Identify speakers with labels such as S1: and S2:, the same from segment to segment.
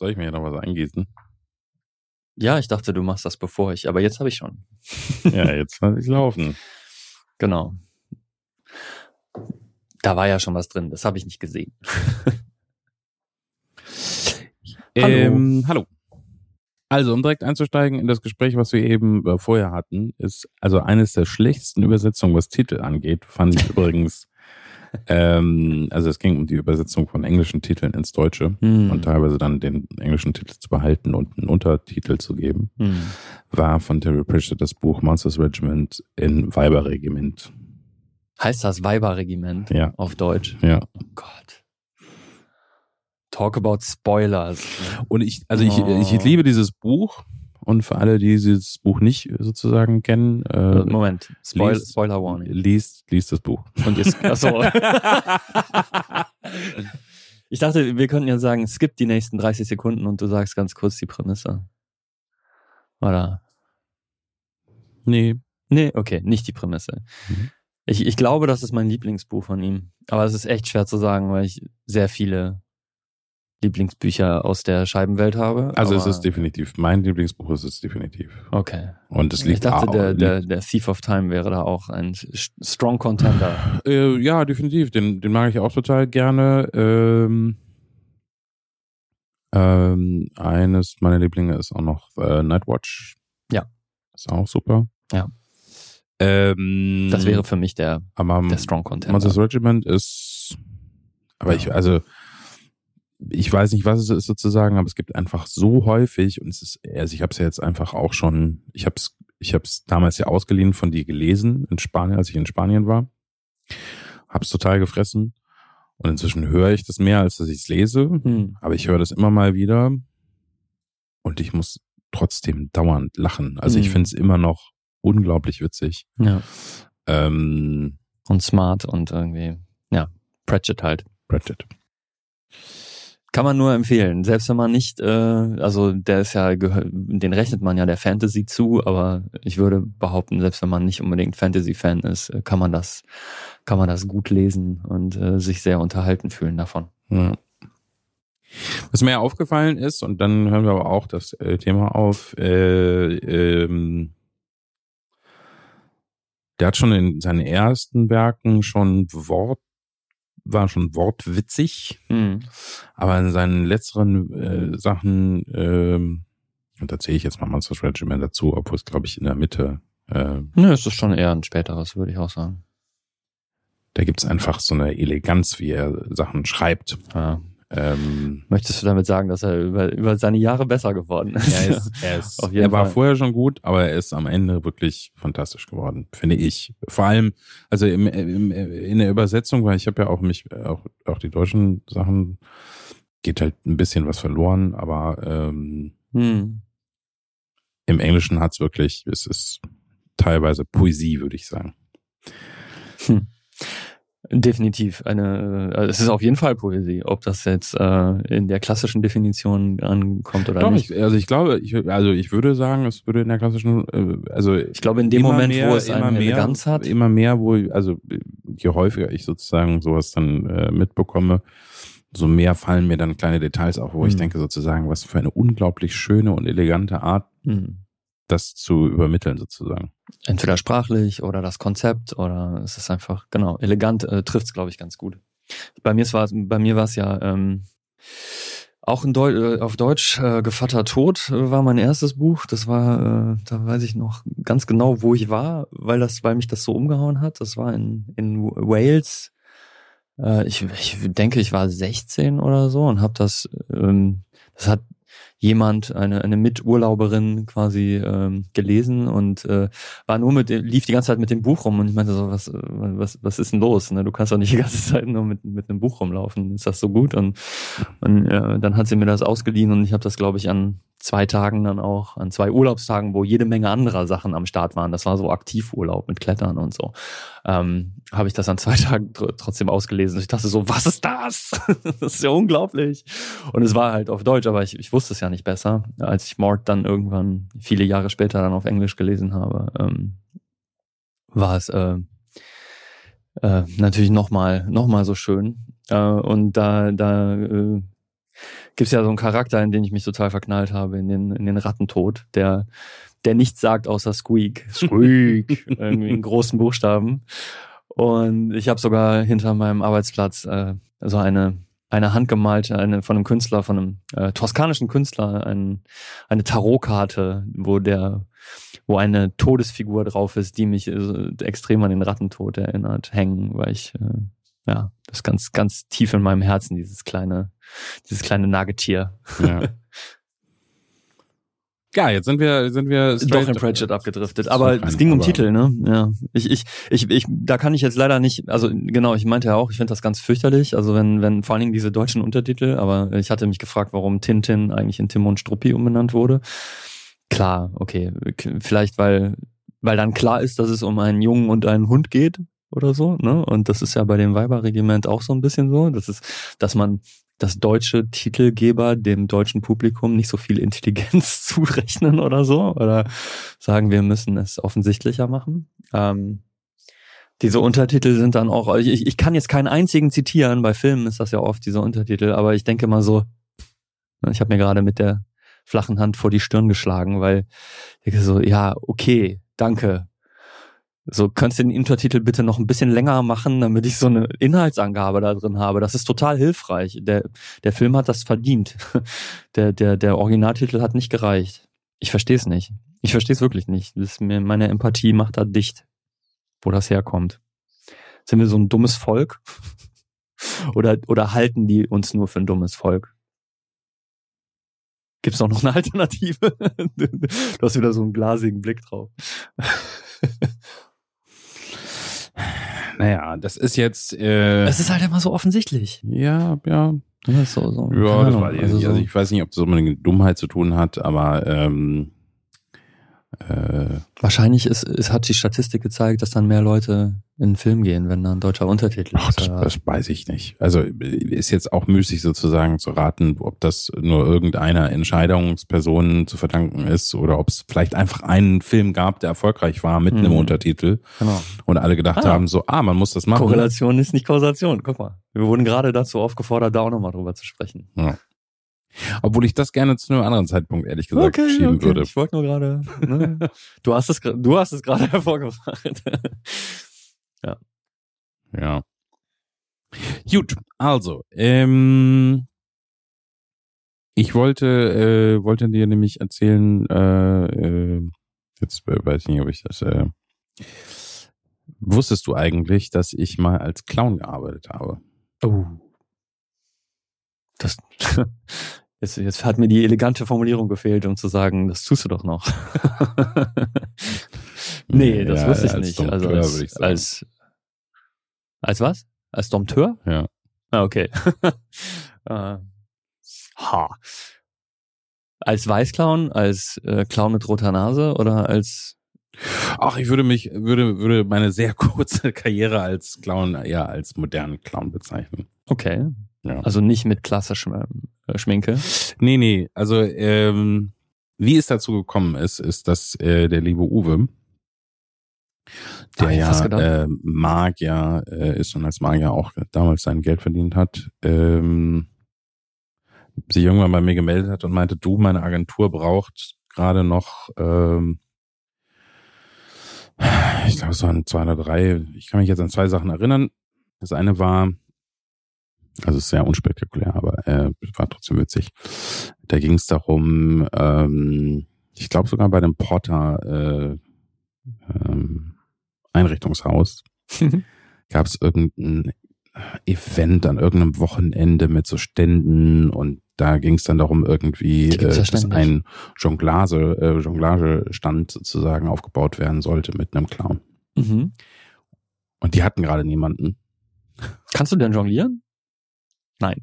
S1: Soll ich mir hier noch was eingießen?
S2: Ja, ich dachte, du machst das bevor aber jetzt habe ich schon.
S1: Ja, jetzt lass ich laufen.
S2: Genau. Da war ja schon was drin, das habe ich nicht gesehen.
S1: Hallo. Also, um direkt einzusteigen in das Gespräch, was wir eben vorher hatten, ist also eines der schlechtesten Übersetzungen, was Titel angeht, fand ich übrigens. Also es ging um die Übersetzung von englischen Titeln ins Deutsche und teilweise dann den englischen Titel zu behalten und einen Untertitel zu geben, war von Terry Pratchett das Buch Monsters Regiment in Weiberregiment.
S2: Heißt das Weiberregiment auf Deutsch?
S1: Ja.
S2: Oh Gott. Talk about Spoilers.
S1: Und ich liebe dieses Buch. Und für alle, die dieses Buch nicht sozusagen kennen,
S2: Moment, Spoiler Warning.
S1: Liest das Buch.
S2: Und jetzt, achso. Ich dachte, wir könnten ja sagen, skip die nächsten 30 Sekunden und du sagst ganz kurz die Prämisse. Oder?
S1: Nee,
S2: okay, nicht die Prämisse. Ich glaube, das ist mein Lieblingsbuch von ihm. Aber es ist echt schwer zu sagen, weil ich sehr viele Lieblingsbücher aus der Scheibenwelt habe.
S1: Also es ist definitiv, mein Lieblingsbuch ist es definitiv.
S2: Okay.
S1: Und es liegt
S2: ich dachte, der Thief of Time wäre da auch ein strong Contender.
S1: Ja, definitiv. Den mag ich auch total gerne. Eines meiner Lieblinge ist auch noch Nightwatch.
S2: Ja.
S1: Ist auch super.
S2: Ja. Das wäre für mich der strong Contender.
S1: Monsters Regiment ist, aber ich weiß nicht, was es ist sozusagen, aber es gibt einfach so häufig und es ist, also ich habe es ja jetzt einfach auch schon, ich habe es damals ja ausgeliehen von dir gelesen in Spanien, als ich in Spanien war, habe es total gefressen und inzwischen höre ich das mehr, als dass ich es lese, aber ich höre das immer mal wieder und ich muss trotzdem dauernd lachen. Also ich finde es immer noch unglaublich witzig.
S2: Ja. Und smart und irgendwie, Pratchett halt.
S1: Pratchett.
S2: Kann man nur empfehlen, selbst wenn man nicht, also der ist ja, den rechnet man ja der Fantasy zu, aber ich würde behaupten, selbst wenn man nicht unbedingt Fantasy-Fan ist, kann man das gut lesen und sich sehr unterhalten fühlen davon.
S1: Ja. Was mir ja aufgefallen ist, und dann hören wir aber auch das Thema auf, der hat schon in seinen ersten Werken war schon wortwitzig, aber in seinen letzteren Sachen, und da zähle ich jetzt mal Monsters Regiment dazu, obwohl es, glaube ich, in der Mitte...
S2: es ist schon eher ein späteres, würde ich auch sagen.
S1: Da gibt's einfach so eine Eleganz, wie er Sachen schreibt.
S2: Ja. Möchtest du damit sagen, dass er über seine Jahre besser geworden ist?
S1: Er war vorher schon gut, aber er ist am Ende wirklich fantastisch geworden, finde ich. Vor allem, also in der Übersetzung, weil ich habe ja auch auch die deutschen Sachen, geht halt ein bisschen was verloren, aber im Englischen es ist teilweise Poesie, würde ich sagen.
S2: Definitiv es ist auf jeden Fall Poesie, ob das jetzt in der klassischen Definition ankommt oder nicht.
S1: Ich glaube, ich würde sagen, es würde in der klassischen,
S2: ich glaube in dem Moment, wo es eine Eleganz hat,
S1: immer mehr, je häufiger ich sozusagen sowas dann mitbekomme, so mehr fallen mir dann kleine Details auf, wo ich denke sozusagen, was für eine unglaublich schöne und elegante Art, das zu übermitteln sozusagen.
S2: Entweder sprachlich oder das Konzept oder es ist einfach, genau, elegant trifft es, glaube ich, ganz gut. Bei mir war es ja auch auf Deutsch Gevatter Tod war mein erstes Buch. Das war, da weiß ich noch ganz genau, wo ich war, weil mich das so umgehauen hat. Das war in Wales. Ich denke, ich war 16 oder so und habe das hat jemand, eine Miturlauberin quasi gelesen und lief die ganze Zeit mit dem Buch rum und ich meinte so, was ist denn los? Ne? Du kannst doch nicht die ganze Zeit nur mit einem Buch rumlaufen. Ist das so gut? Und dann hat sie mir das ausgeliehen und ich habe das, glaube ich, an 2 Tagen dann auch, an 2 Urlaubstagen, wo jede Menge anderer Sachen am Start waren. Das war so Aktivurlaub mit Klettern und so. Habe ich das an 2 Tagen trotzdem ausgelesen. Ich dachte so, was ist das? Das ist ja unglaublich. Und es war halt auf Deutsch, aber ich wusste es ja nicht besser. Als ich Mort dann irgendwann viele Jahre später dann auf Englisch gelesen habe, war es natürlich noch mal so schön. Und da gibt's ja so einen Charakter, in den ich mich total verknallt habe, in den Rattentod, der nichts sagt außer Squeak. Squeak. Irgendwie in großen Buchstaben. Und ich habe sogar hinter meinem Arbeitsplatz so eine handgemalte, von einem Künstler, von einem toskanischen Künstler, eine Tarotkarte, wo eine Todesfigur drauf ist, die mich extrem an den Rattentod erinnert, hängen, weil ich das ganz, ganz tief in meinem Herzen, dieses kleine Nagetier.
S1: Ja. Ja, jetzt sind wir
S2: doch in Pratchett abgedriftet, aber es ging um Titel, ne? Ja, ich da kann ich jetzt leider nicht, also genau, ich meinte ja auch, ich finde das ganz fürchterlich, also wenn vor allen Dingen diese deutschen Untertitel, aber ich hatte mich gefragt, warum Tintin eigentlich in Tim und Struppi umbenannt wurde. Klar, okay, vielleicht weil dann klar ist, dass es um einen Jungen und einen Hund geht oder so, ne? Und das ist ja bei dem Weiberregiment auch so ein bisschen so, dass deutsche Titelgeber dem deutschen Publikum nicht so viel Intelligenz zurechnen oder so. Oder sagen, wir müssen es offensichtlicher machen. Diese Untertitel sind dann auch, ich kann jetzt keinen einzigen zitieren, bei Filmen ist das ja oft diese Untertitel, aber ich denke mal so, ich habe mir gerade mit der flachen Hand vor die Stirn geschlagen, weil ich so, ja, okay, danke. So, könntest du den Untertitel bitte noch ein bisschen länger machen, damit ich so eine Inhaltsangabe da drin habe. Das ist total hilfreich. Der Film hat das verdient. Der Originaltitel hat nicht gereicht. Ich verstehe es nicht. Ich verstehe es wirklich nicht. Meine Empathie macht da dicht, wo das herkommt. Sind wir so ein dummes Volk? Oder halten die uns nur für ein dummes Volk? Gibt's auch noch eine Alternative? Du hast wieder so einen glasigen Blick drauf.
S1: Naja, das ist jetzt...
S2: Es ist halt immer so offensichtlich.
S1: Ja.
S2: Das ist so.
S1: Ja, das war also ich weiß nicht, ob das so mit Dummheit zu tun hat, aber
S2: wahrscheinlich hat die Statistik gezeigt, dass dann mehr Leute in den Film gehen, wenn da ein deutscher Untertitel ist.
S1: Das weiß ich nicht. Also ist jetzt auch müßig sozusagen zu raten, ob das nur irgendeiner Entscheidungsperson zu verdanken ist oder ob es vielleicht einfach einen Film gab, der erfolgreich war mit einem Untertitel. Genau. Und alle gedacht haben so, man muss das machen.
S2: Korrelation ist nicht Kausation. Guck mal, wir wurden gerade dazu aufgefordert, da auch nochmal drüber zu sprechen. Ja.
S1: Obwohl ich das gerne zu einem anderen Zeitpunkt, ehrlich gesagt, schieben würde.
S2: Ich wollte nur gerade, ne? Du hast es gerade hervorgebracht.
S1: Ja. Gut, also, ich wollte dir nämlich erzählen, jetzt weiß ich nicht, ob ich das, wusstest du eigentlich, dass ich mal als Clown gearbeitet habe?
S2: Oh. Jetzt hat mir die elegante Formulierung gefehlt, um zu sagen, das tust du doch noch. Nee, das wusste ich nicht.
S1: Dompteur,
S2: also
S1: würde ich sagen.
S2: Als was? Als Dompteur?
S1: Ja.
S2: Ah, okay. Als Weißclown, als Clown mit roter Nase oder als...
S1: Ach, ich würde meine sehr kurze Karriere als Clown eher als modernen Clown bezeichnen.
S2: Okay.
S1: Ja.
S2: Also nicht mit klassischer Schminke?
S1: Nee. Also, wie es dazu gekommen ist, dass der liebe Uwe, der Magier ist und als Magier auch damals sein Geld verdient hat, sich irgendwann bei mir gemeldet hat und meinte, meine Agentur braucht gerade noch, ich glaube, es waren 2 oder 3, ich kann mich jetzt an 2 Sachen erinnern. Das eine war, also es ist sehr unspektakulär, aber war trotzdem witzig. Da ging es darum, ich glaube sogar bei dem Porter Einrichtungshaus gab es irgendein Event an irgendeinem Wochenende mit so Ständen und da ging es dann darum irgendwie, dass ein Jonglagestand sozusagen aufgebaut werden sollte mit einem Clown.
S2: Mhm.
S1: Und die hatten gerade niemanden.
S2: Kannst du denn jonglieren? Nein.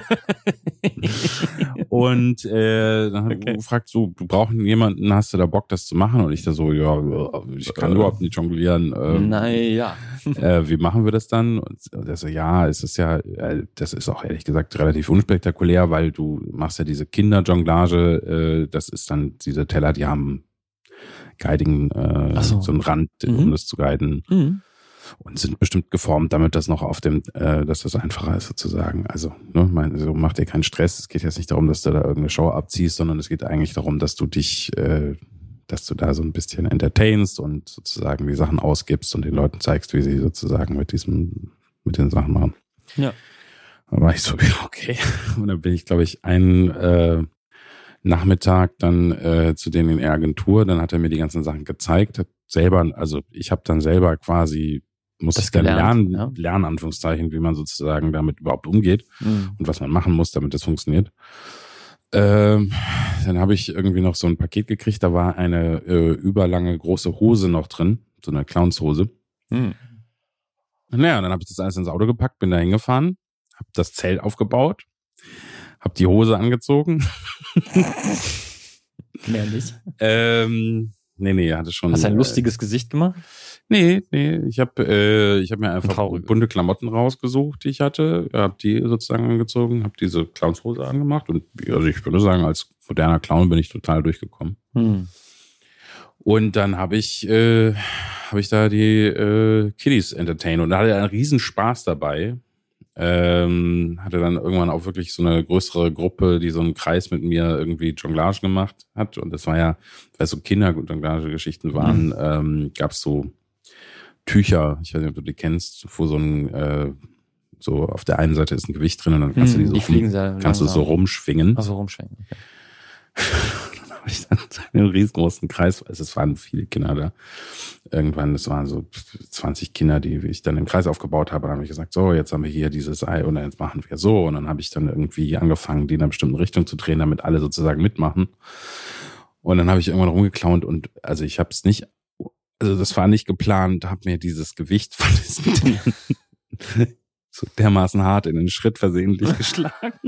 S1: Und dann hat er gefragt, so, du brauchst jemanden, hast du da Bock, das zu machen? Und ich da so, ja, ich kann überhaupt nicht jonglieren.
S2: Naja.
S1: Wie machen wir das dann? Und er so, ja, es ist ja, das ist auch ehrlich gesagt relativ unspektakulär, weil du machst ja diese Kinderjonglage, das ist dann diese Teller, die haben Guiding, so einen Rand, um das zu guiden. Mhm. und sind bestimmt geformt, damit das noch auf dem, dass das einfacher ist sozusagen. Also, ne, so mach dir keinen Stress. Es geht jetzt nicht darum, dass du da irgendeine Show abziehst, sondern es geht eigentlich darum, dass du dich, dass du da so ein bisschen entertainst und sozusagen die Sachen ausgibst und den Leuten zeigst, wie sie sozusagen mit den Sachen machen.
S2: Ja.
S1: Da war ich so, okay. Und dann bin ich, glaube ich, einen Nachmittag dann zu denen in der Agentur. Dann hat er mir die ganzen Sachen gezeigt. Hat selber, also ich habe dann selber quasi, musste ich dann lernen, Anführungszeichen, wie man sozusagen damit überhaupt umgeht und was man machen muss, damit das funktioniert. Dann habe ich irgendwie noch so ein Paket gekriegt, da war eine überlange große Hose noch drin, so eine Clownshose. Naja, und dann habe ich das alles ins Auto gepackt, bin da hingefahren, habe das Zelt aufgebaut, habe die Hose angezogen.
S2: Mehr nicht.
S1: Nee, hatte schon.
S2: Hast du ein lustiges Gesicht gemacht?
S1: Nee, ich habe mir einfach bunte Klamotten rausgesucht, die ich hatte, habe die sozusagen angezogen, habe diese Clownshose angemacht und also ich würde sagen, als moderner Clown bin ich total durchgekommen. Und dann habe ich da die Kiddies entertained und da hatte er einen riesen Spaß dabei. Hatte dann irgendwann auch wirklich so eine größere Gruppe, die so einen Kreis mit mir irgendwie Jonglage gemacht hat. Und das war ja, weil so Kinder-Jonglage-Geschichten waren, gab es so Tücher, ich weiß nicht, ob du die kennst, wo so ein, so auf der einen Seite ist ein Gewicht drin und dann kannst du kannst du so rumschwingen.
S2: Also rumschwingen, okay.
S1: Dann habe ich dann einen riesengroßen Kreis, also es waren viele Kinder da. Irgendwann, das waren so 20 Kinder, die ich dann im Kreis aufgebaut habe. Dann habe ich gesagt, so, jetzt haben wir hier dieses Ei und jetzt machen wir so. Und dann habe ich dann irgendwie angefangen, die in einer bestimmten Richtung zu drehen, damit alle sozusagen mitmachen. Und dann habe ich irgendwann rumgeklaunt und also ich habe es nicht, also das war nicht geplant, habe mir dieses Gewicht von diesen so dermaßen hart in den Schritt versehentlich geschlagen.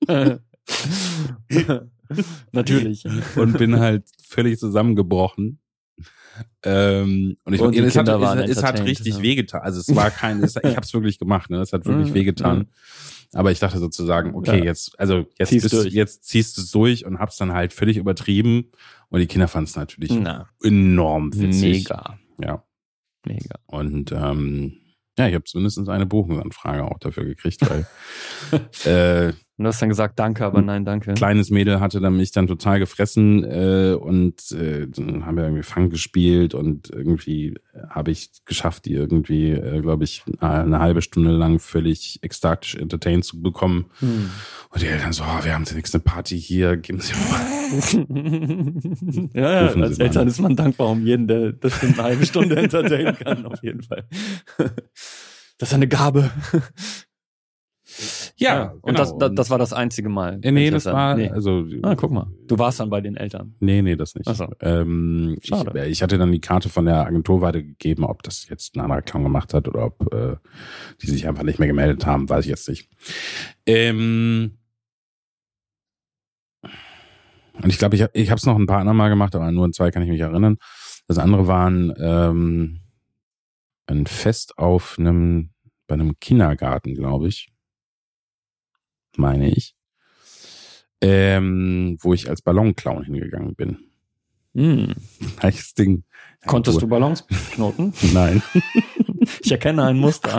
S2: Natürlich.
S1: Und bin halt völlig zusammengebrochen. Und es hat richtig wehgetan. Also es war ich habe es wirklich gemacht, ne? Es hat wirklich wehgetan. Aber ich dachte sozusagen, okay, jetzt ziehst du es durch und hab's dann halt völlig übertrieben. Und die Kinder fanden es natürlich enorm witzig.
S2: Mega.
S1: Ja.
S2: Mega.
S1: Und ich habe zumindest eine Buchungsanfrage auch dafür gekriegt, weil
S2: und du hast dann gesagt, danke, aber nein, danke.
S1: Kleines Mädel hatte dann mich dann total gefressen und dann haben wir irgendwie Fang gespielt und irgendwie habe ich geschafft, die irgendwie, glaube ich, eine halbe Stunde lang völlig ekstatisch entertained zu bekommen. Und die Eltern so, wir haben zunächst eine Party hier, geben Sie mal.
S2: Ja, als Eltern ist man dankbar um jeden, der das in eine halbe Stunde entertainen kann, auf jeden Fall. Das ist eine Gabe.
S1: Ja,
S2: und genau. Das war das einzige Mal.
S1: Nee, das war, also.
S2: Guck mal. Du warst dann bei den Eltern.
S1: Nee, das nicht.
S2: Ach so.
S1: Schade. Ich hatte dann die Karte von der Agentur weitergegeben, ob das jetzt ein anderer Clown gemacht hat oder ob die sich einfach nicht mehr gemeldet haben, weiß ich jetzt nicht. Und ich glaube, ich habe es noch ein paar andere Mal gemacht, aber nur an 2 kann ich mich erinnern. Das andere waren ein Fest bei einem Kindergarten, glaube ich. Meine ich. Wo ich als Ballonclown hingegangen bin. Gleiches Ding.
S2: Konntest du Ballons knoten?
S1: Nein.
S2: Ich erkenne ein Muster.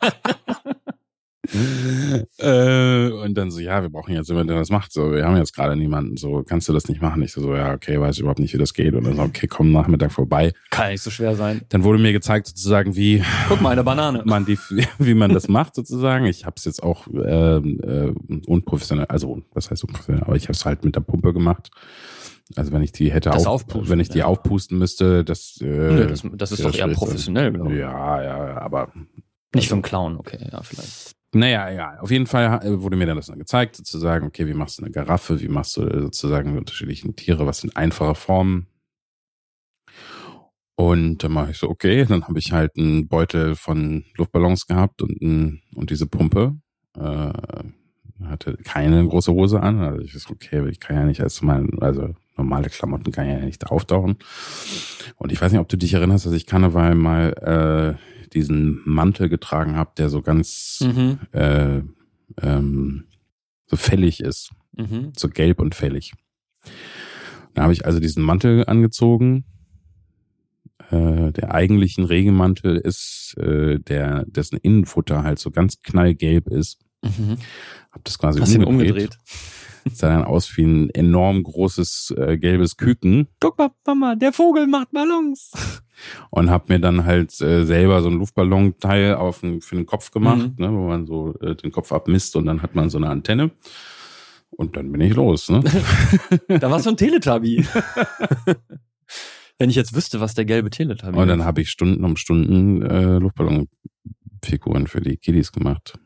S1: Und dann so, wir brauchen jetzt jemanden, der das macht. So, wir haben jetzt gerade niemanden. So, kannst du das nicht machen? Ich so, okay, weiß ich überhaupt nicht, wie das geht. Und dann so, okay, komm Nachmittag vorbei.
S2: Kann nicht so schwer sein.
S1: Dann wurde mir gezeigt, sozusagen, wie.
S2: Guck mal, eine Banane.
S1: Wie man das macht, sozusagen. Ich habe es jetzt auch unprofessionell, also, was heißt unprofessionell? Aber ich habe es halt mit der Pumpe gemacht. Also wenn ich die aufpusten müsste, das
S2: ist doch eher professionell, glaube ich.
S1: Ja, aber.
S2: Nicht für einen Clown, okay, ja, vielleicht.
S1: Naja, egal. Auf jeden Fall wurde mir dann das dann gezeigt, sozusagen, okay, wie machst du eine Giraffe, wie machst du sozusagen die unterschiedlichen Tiere, was sind einfache Formen. Und dann mache ich so, okay, dann habe ich halt einen Beutel von Luftballons gehabt und diese Pumpe. Hatte keine große Hose an. Also ich so, okay, ich kann ja nicht also normale Klamotten kann ja nicht auftauchen. Und ich weiß nicht, ob du dich erinnerst, dass ich Karneval mal diesen Mantel getragen habe, der so ganz so fällig ist. So gelb und fällig. Da habe ich also diesen Mantel angezogen der eigentlichen Regenmantel ist, dessen Innenfutter halt so ganz knallgelb ist. Hab das quasi
S2: Hast du ihn umgedreht?
S1: Sah dann aus wie ein enorm großes gelbes Küken.
S2: Guck mal, Mama, der Vogel macht Ballons.
S1: Und hab mir dann halt selber so ein Luftballonteil für den Kopf gemacht, ne, wo man so den Kopf abmisst und dann hat man so eine Antenne. Und dann bin ich los. Ne?
S2: Da war's so ein Teletubby. Wenn ich jetzt wüsste, was der gelbe Teletubby ist.
S1: Und dann habe ich Stunden um Stunden Luftballonfiguren für die Kiddies gemacht.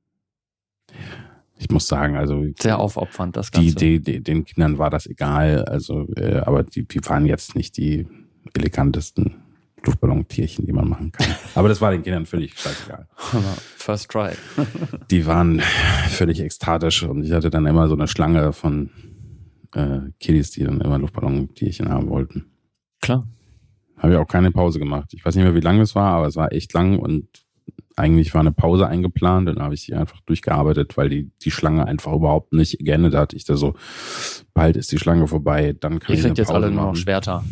S1: Ich muss sagen, also
S2: sehr aufopfernd das Ganze.
S1: Den Kindern war das egal, also aber die waren jetzt nicht die elegantesten Luftballontierchen, die man machen kann. Aber das war den Kindern völlig scheißegal.
S2: First try.
S1: Die waren völlig ekstatisch und ich hatte dann immer so eine Schlange von Kiddies, die dann immer Luftballontierchen haben wollten.
S2: Klar.
S1: Habe ich auch keine Pause gemacht. Ich weiß nicht mehr, wie lang es war, aber es war echt lang und eigentlich war eine Pause eingeplant und dann habe ich sie einfach durchgearbeitet, weil die Schlange einfach überhaupt nicht geendet hat. Ich da so, bald ist die Schlange vorbei, dann kann ich eine Pause machen. Ihr kriegt
S2: jetzt alle nur noch Schwerter.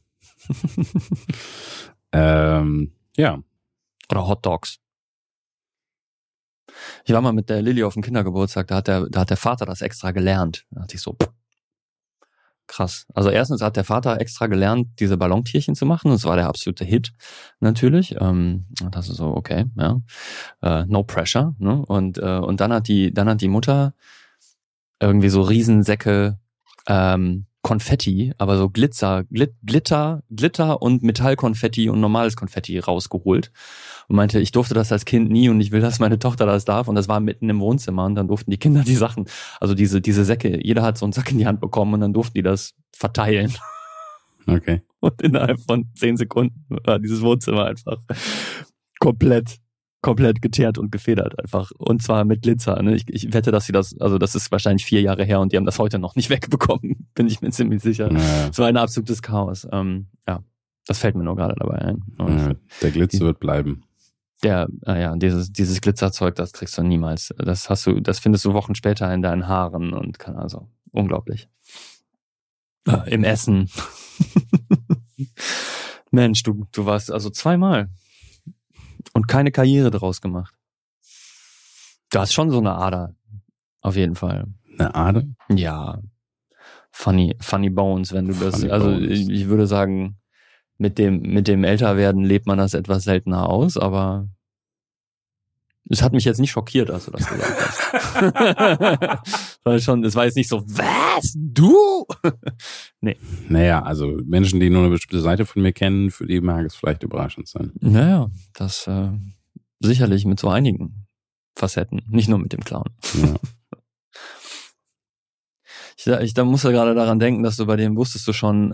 S1: Ja.
S2: Oder Hot Dogs. Ich war mal mit der Lilly auf dem Kindergeburtstag, da hat der Vater das extra gelernt. Da dachte ich so, krass. Also erstens hat der Vater extra gelernt, diese Ballontierchen zu machen. Das war der absolute Hit, natürlich. Und das ist so, okay, ja. No pressure, ne? Und dann hat die Mutter irgendwie so Riesensäcke Konfetti, aber so Glitter und Metallkonfetti und normales Konfetti rausgeholt und meinte, ich durfte das als Kind nie und ich will, dass meine Tochter das darf, und das war mitten im Wohnzimmer und dann durften die Kinder die Sachen, also diese Säcke, jeder hat so einen Sack in die Hand bekommen und dann durften die das verteilen.
S1: Okay.
S2: Und innerhalb von 10 Sekunden war dieses Wohnzimmer einfach komplett geteert und gefedert einfach. Und zwar mit Glitzer. Ne? Ich wette, dass sie das ist wahrscheinlich 4 Jahre her und die haben das heute noch nicht wegbekommen. Bin ich mir ziemlich sicher. Es war ein absolutes Chaos. Ja, das fällt mir nur gerade dabei ein.
S1: Der Glitzer wird bleiben.
S2: Dieses Glitzerzeug, das kriegst du niemals. Das findest du Wochen später in deinen Haaren und unglaublich. Im Essen. Mensch, du warst also 2-mal. Und keine Karriere daraus gemacht. Du hast schon so eine Ader. Auf jeden Fall.
S1: Eine Ader?
S2: Ja. Funny Bones, wenn du das, ich würde sagen, mit dem Älterwerden lebt man das etwas seltener aus, aber es hat mich jetzt nicht schockiert, als du das gesagt hast. Es war jetzt nicht so, was? Du? Nee.
S1: Naja, also Menschen, die nur eine bestimmte Seite von mir kennen, für die mag es vielleicht überraschend sein.
S2: Naja, das sicherlich mit so einigen Facetten, nicht nur mit dem Clown. Ja. Ich musste gerade daran denken, dass du bei dem wusstest du schon,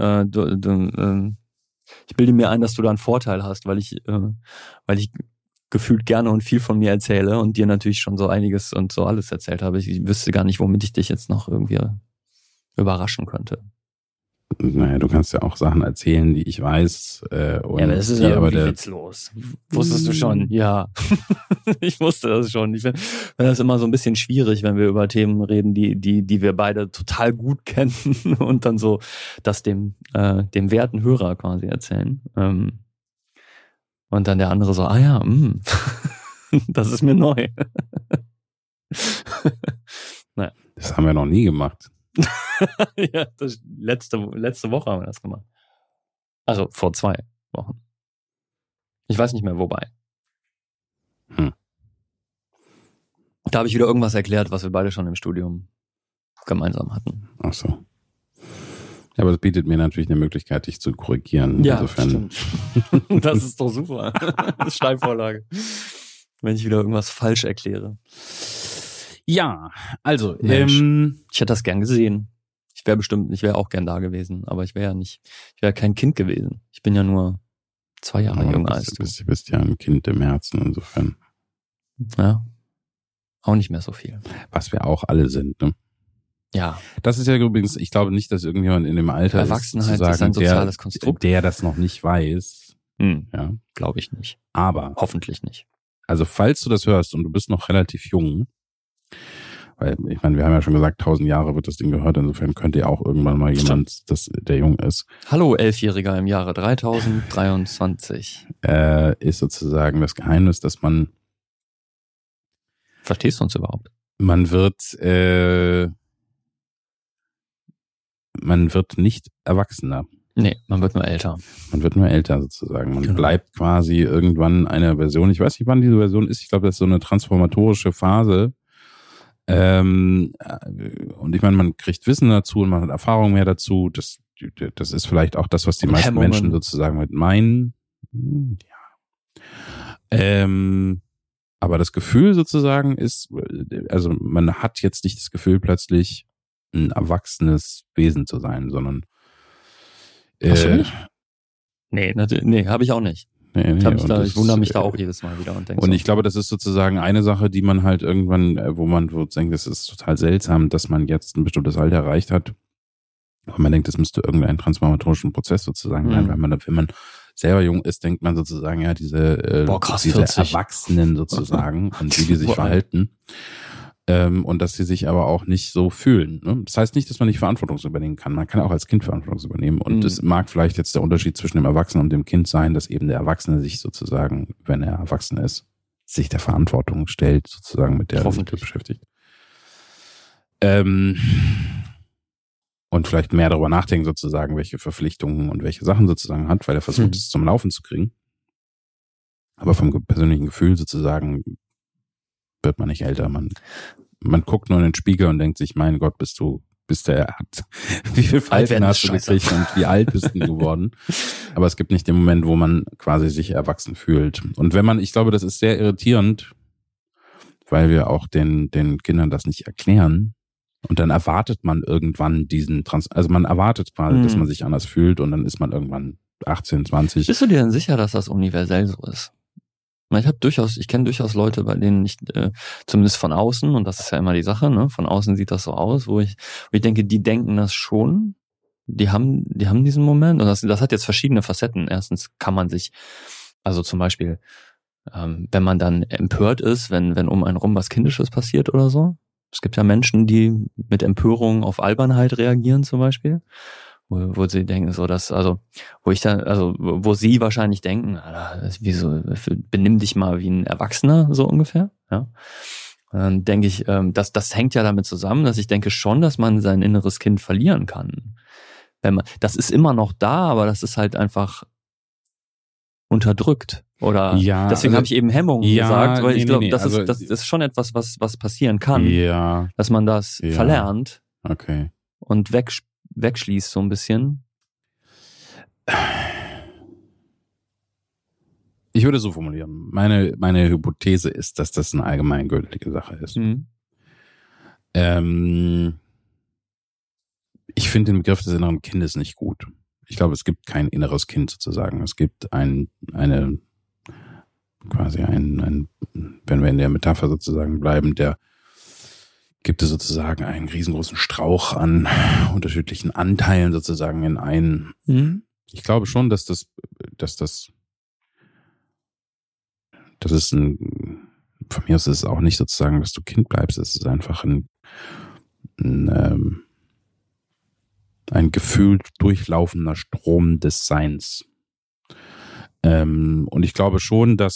S2: ich bilde mir ein, dass du da einen Vorteil hast, weil ich gefühlt gerne und viel von mir erzähle und dir natürlich schon so einiges und so alles erzählt habe. Ich wüsste gar nicht, womit ich dich jetzt noch irgendwie überraschen könnte.
S1: Naja, du kannst ja auch Sachen erzählen, die ich weiß.
S2: Aber das ist ja irgendwie witzlos. Wusstest du schon? Ja. Ich wusste das schon. Ich finde das immer so ein bisschen schwierig, wenn wir über Themen reden, die wir beide total gut kennen und dann so das dem werten Hörer quasi erzählen. Und dann der andere so, das ist mir neu. Naja.
S1: Das haben wir noch nie gemacht.
S2: Ja, letzte Woche haben wir das gemacht. Also vor 2 Wochen. Ich weiß nicht mehr, wobei. Da habe ich wieder irgendwas erklärt, was wir beide schon im Studium gemeinsam hatten.
S1: Ach so. Ja, aber es bietet mir natürlich eine Möglichkeit, dich zu korrigieren.
S2: Ja, stimmt. Das ist doch super. Das ist Steilvorlage. Wenn ich wieder irgendwas falsch erkläre.
S1: Ja, also.
S2: Ich hätte das gern gesehen. Ich wäre auch gern da gewesen, aber ich wäre kein Kind gewesen. Ich bin ja nur 2 Jahre jünger als du.
S1: Du bist ja ein Kind im Herzen, insofern.
S2: Ja. Auch nicht mehr so viel.
S1: Was wir auch alle sind, ne?
S2: Ja.
S1: Das ist ja übrigens, ich glaube nicht, dass irgendjemand in dem Alter
S2: Erwachsenheit ist ein soziales Konstrukt,
S1: der das noch nicht weiß.
S2: Ja, glaube ich nicht.
S1: Aber
S2: hoffentlich nicht.
S1: Also falls du das hörst und du bist noch relativ jung, Weil, ich meine, wir haben ja schon gesagt, 1000 Jahre wird das Ding gehört, insofern könnte ja auch irgendwann mal jemand, der jung ist.
S2: Hallo, 11-Jähriger im Jahre 3023.
S1: Ist sozusagen das Geheimnis, dass man...
S2: Verstehst du uns überhaupt?
S1: Man wird nicht erwachsener.
S2: Nee, man wird nur älter.
S1: Man wird nur älter sozusagen. Man
S2: Genau.
S1: bleibt quasi irgendwann eine Version. Ich weiß nicht, wann diese Version ist. Ich glaube, das ist so eine transformatorische Phase. Und ich meine, man kriegt Wissen dazu und man hat Erfahrung mehr dazu. Das ist vielleicht auch das, was die meisten
S2: Hemmungen.
S1: Menschen sozusagen mit meinen. Ja. Aber das Gefühl sozusagen ist, also man hat jetzt nicht das Gefühl, plötzlich ein erwachsenes Wesen zu sein, sondern
S2: Hast du nicht? Nee, habe ich auch nicht.
S1: Nee,
S2: Ich wundere mich da auch jedes Mal wieder und denke
S1: ich glaube, das ist sozusagen eine Sache, die man halt irgendwann, wo denkt, das ist total seltsam, dass man jetzt ein bestimmtes Alter erreicht hat. Und man denkt, das müsste irgendein transformatorischen Prozess sozusagen sein, weil wenn man selber jung ist, denkt man sozusagen, ja, diese
S2: diese
S1: Erwachsenen sozusagen und wie die sich verhalten. Und dass sie sich aber auch nicht so fühlen. Ne? Das heißt nicht, dass man nicht Verantwortung übernehmen kann. Man kann auch als Kind Verantwortung übernehmen. Und es mag vielleicht jetzt der Unterschied zwischen dem Erwachsenen und dem Kind sein, dass eben der Erwachsene sich sozusagen, wenn er erwachsen ist, sich der Verantwortung stellt, sozusagen mit der beschäftigt. Und vielleicht mehr darüber nachdenken, sozusagen, welche Verpflichtungen und welche Sachen sozusagen hat, weil er versucht, es zum Laufen zu kriegen. Aber vom persönlichen Gefühl sozusagen wird man nicht älter. Man guckt nur in den Spiegel und denkt sich, mein Gott, wie viel Falten hast du gekriegt und wie alt bist du geworden? Aber es gibt nicht den Moment, wo man quasi sich erwachsen fühlt. Und ich glaube, das ist sehr irritierend, weil wir auch den Kindern das nicht erklären. Und dann erwartet man irgendwann man erwartet quasi, dass man sich anders fühlt und dann ist man irgendwann 18, 20.
S2: Bist du dir denn sicher, dass das universell so ist? Ich kenne durchaus Leute, bei denen ich, zumindest von außen, und das ist ja immer die Sache, ne, von außen sieht das so aus, wo ich denke, die denken das schon, die haben diesen Moment, und das hat jetzt verschiedene Facetten. Erstens kann man sich, also zum Beispiel, wenn man dann empört ist, wenn um einen rum was Kindisches passiert oder so. Es gibt ja Menschen, die mit Empörung auf Albernheit reagieren zum Beispiel. Wo sie denken, wo sie wahrscheinlich denken, wieso, benimm dich mal wie ein Erwachsener, so ungefähr, ja. Und dann denke ich, das hängt ja damit zusammen, dass ich denke schon, dass man sein inneres Kind verlieren kann. Das ist immer noch da, aber das ist halt einfach unterdrückt. Oder deswegen habe ich eben Hemmungen gesagt, weil ich glaube, das ist schon etwas, was passieren kann.
S1: Ja.
S2: Dass man das verlernt.
S1: Okay.
S2: Und wegschließt so ein bisschen.
S1: Ich würde so formulieren. Meine Hypothese ist, dass das eine allgemeingültige Sache ist. Ich finde den Begriff des inneren Kindes nicht gut. Ich glaube, es gibt kein inneres Kind sozusagen. Es gibt wenn wir in der Metapher sozusagen bleiben, gibt es sozusagen einen riesengroßen Strauch an unterschiedlichen Anteilen sozusagen in einen. Ich glaube schon, dass es von mir aus ist es auch nicht sozusagen, dass du Kind bleibst. Es ist einfach ein gefühlt durchlaufender Strom des Seins. Und ich glaube schon, dass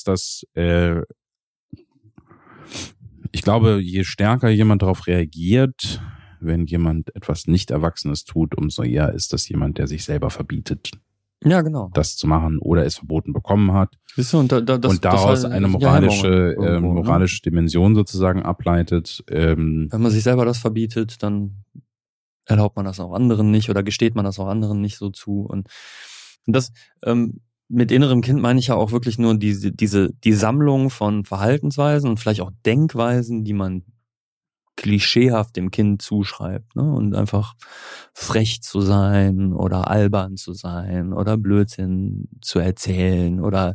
S1: ich glaube, je stärker jemand darauf reagiert, wenn jemand etwas nicht Erwachsenes tut, umso eher ist das jemand, der sich selber verbietet, das zu machen oder es verboten bekommen hat.
S2: Und
S1: daraus eine moralische Dimension sozusagen ableitet.
S2: Wenn man sich selber das verbietet, dann erlaubt man das auch anderen nicht oder gesteht man das auch anderen nicht so zu. Und das mit innerem Kind meine ich ja auch wirklich nur die Sammlung von Verhaltensweisen und vielleicht auch Denkweisen, die man klischeehaft dem Kind zuschreibt, ne? Und einfach frech zu sein oder albern zu sein oder Blödsinn zu erzählen oder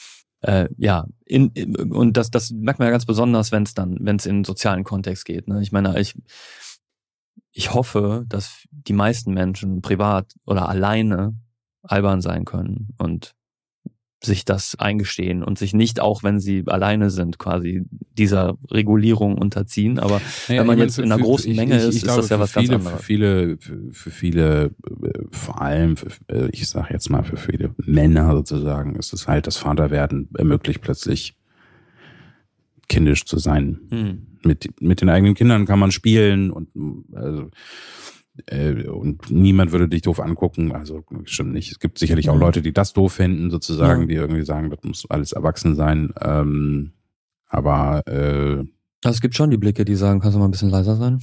S2: und das merkt man ja ganz besonders, wenn es in den sozialen Kontext geht, ne? Ich meine, ich hoffe, dass die meisten Menschen privat oder alleine albern sein können und sich das eingestehen und sich nicht, auch wenn sie alleine sind, quasi dieser Regulierung unterziehen. Aber wenn man jetzt in einer großen Menge ist, ist das ja was ganz anderes.
S1: Für viele, vor allem, ich sage jetzt mal für viele Männer sozusagen, ist es halt, das Vaterwerden ermöglicht plötzlich kindisch zu sein. Mit den eigenen Kindern kann man spielen und niemand würde dich doof angucken, also stimmt nicht. Es gibt sicherlich auch Leute, die das doof finden, sozusagen, die irgendwie sagen, das muss alles erwachsen sein, aber
S2: es gibt schon die Blicke, die sagen, kannst du mal ein bisschen leiser sein?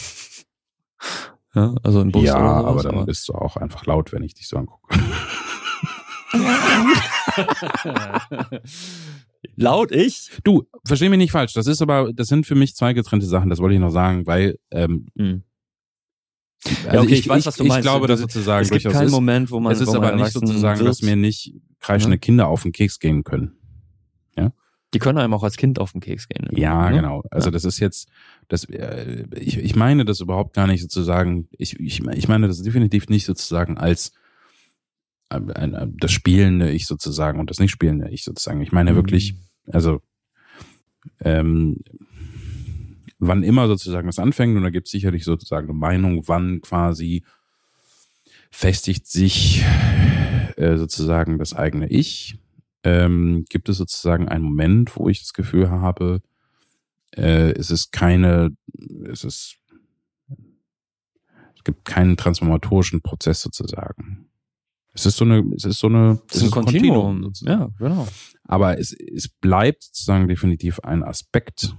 S2: Ja, also im Bus
S1: ja,
S2: oder sowas,
S1: aber dann bist du auch einfach laut, wenn ich dich so angucke.
S2: Laut ich?
S1: Du, versteh mich nicht falsch, das sind für mich zwei getrennte Sachen, das wollte ich noch sagen, weil
S2: Also okay, ich weiß, was du meinst.
S1: Ich glaube, dass sozusagen
S2: es gibt keinen Moment, wo man
S1: es ist aber nicht sozusagen, dass mir nicht kreischende Kinder auf den Keks gehen können. Ja?
S2: Die können einem auch als Kind auf den Keks gehen.
S1: Ja, genau. Also das ist jetzt, ich meine das überhaupt gar nicht sozusagen, ich meine das definitiv nicht sozusagen als das spielende Ich sozusagen und das nicht spielende Ich sozusagen. Ich meine wirklich, also wann immer sozusagen das anfängt, und da gibt es sicherlich sozusagen eine Meinung, wann quasi festigt sich sozusagen das eigene Ich, gibt es sozusagen einen Moment, wo ich das Gefühl habe, es gibt keinen transformatorischen Prozess sozusagen. Es ist ein
S2: Kontinuum sozusagen. Ja, genau.
S1: Aber es bleibt sozusagen definitiv ein Aspekt,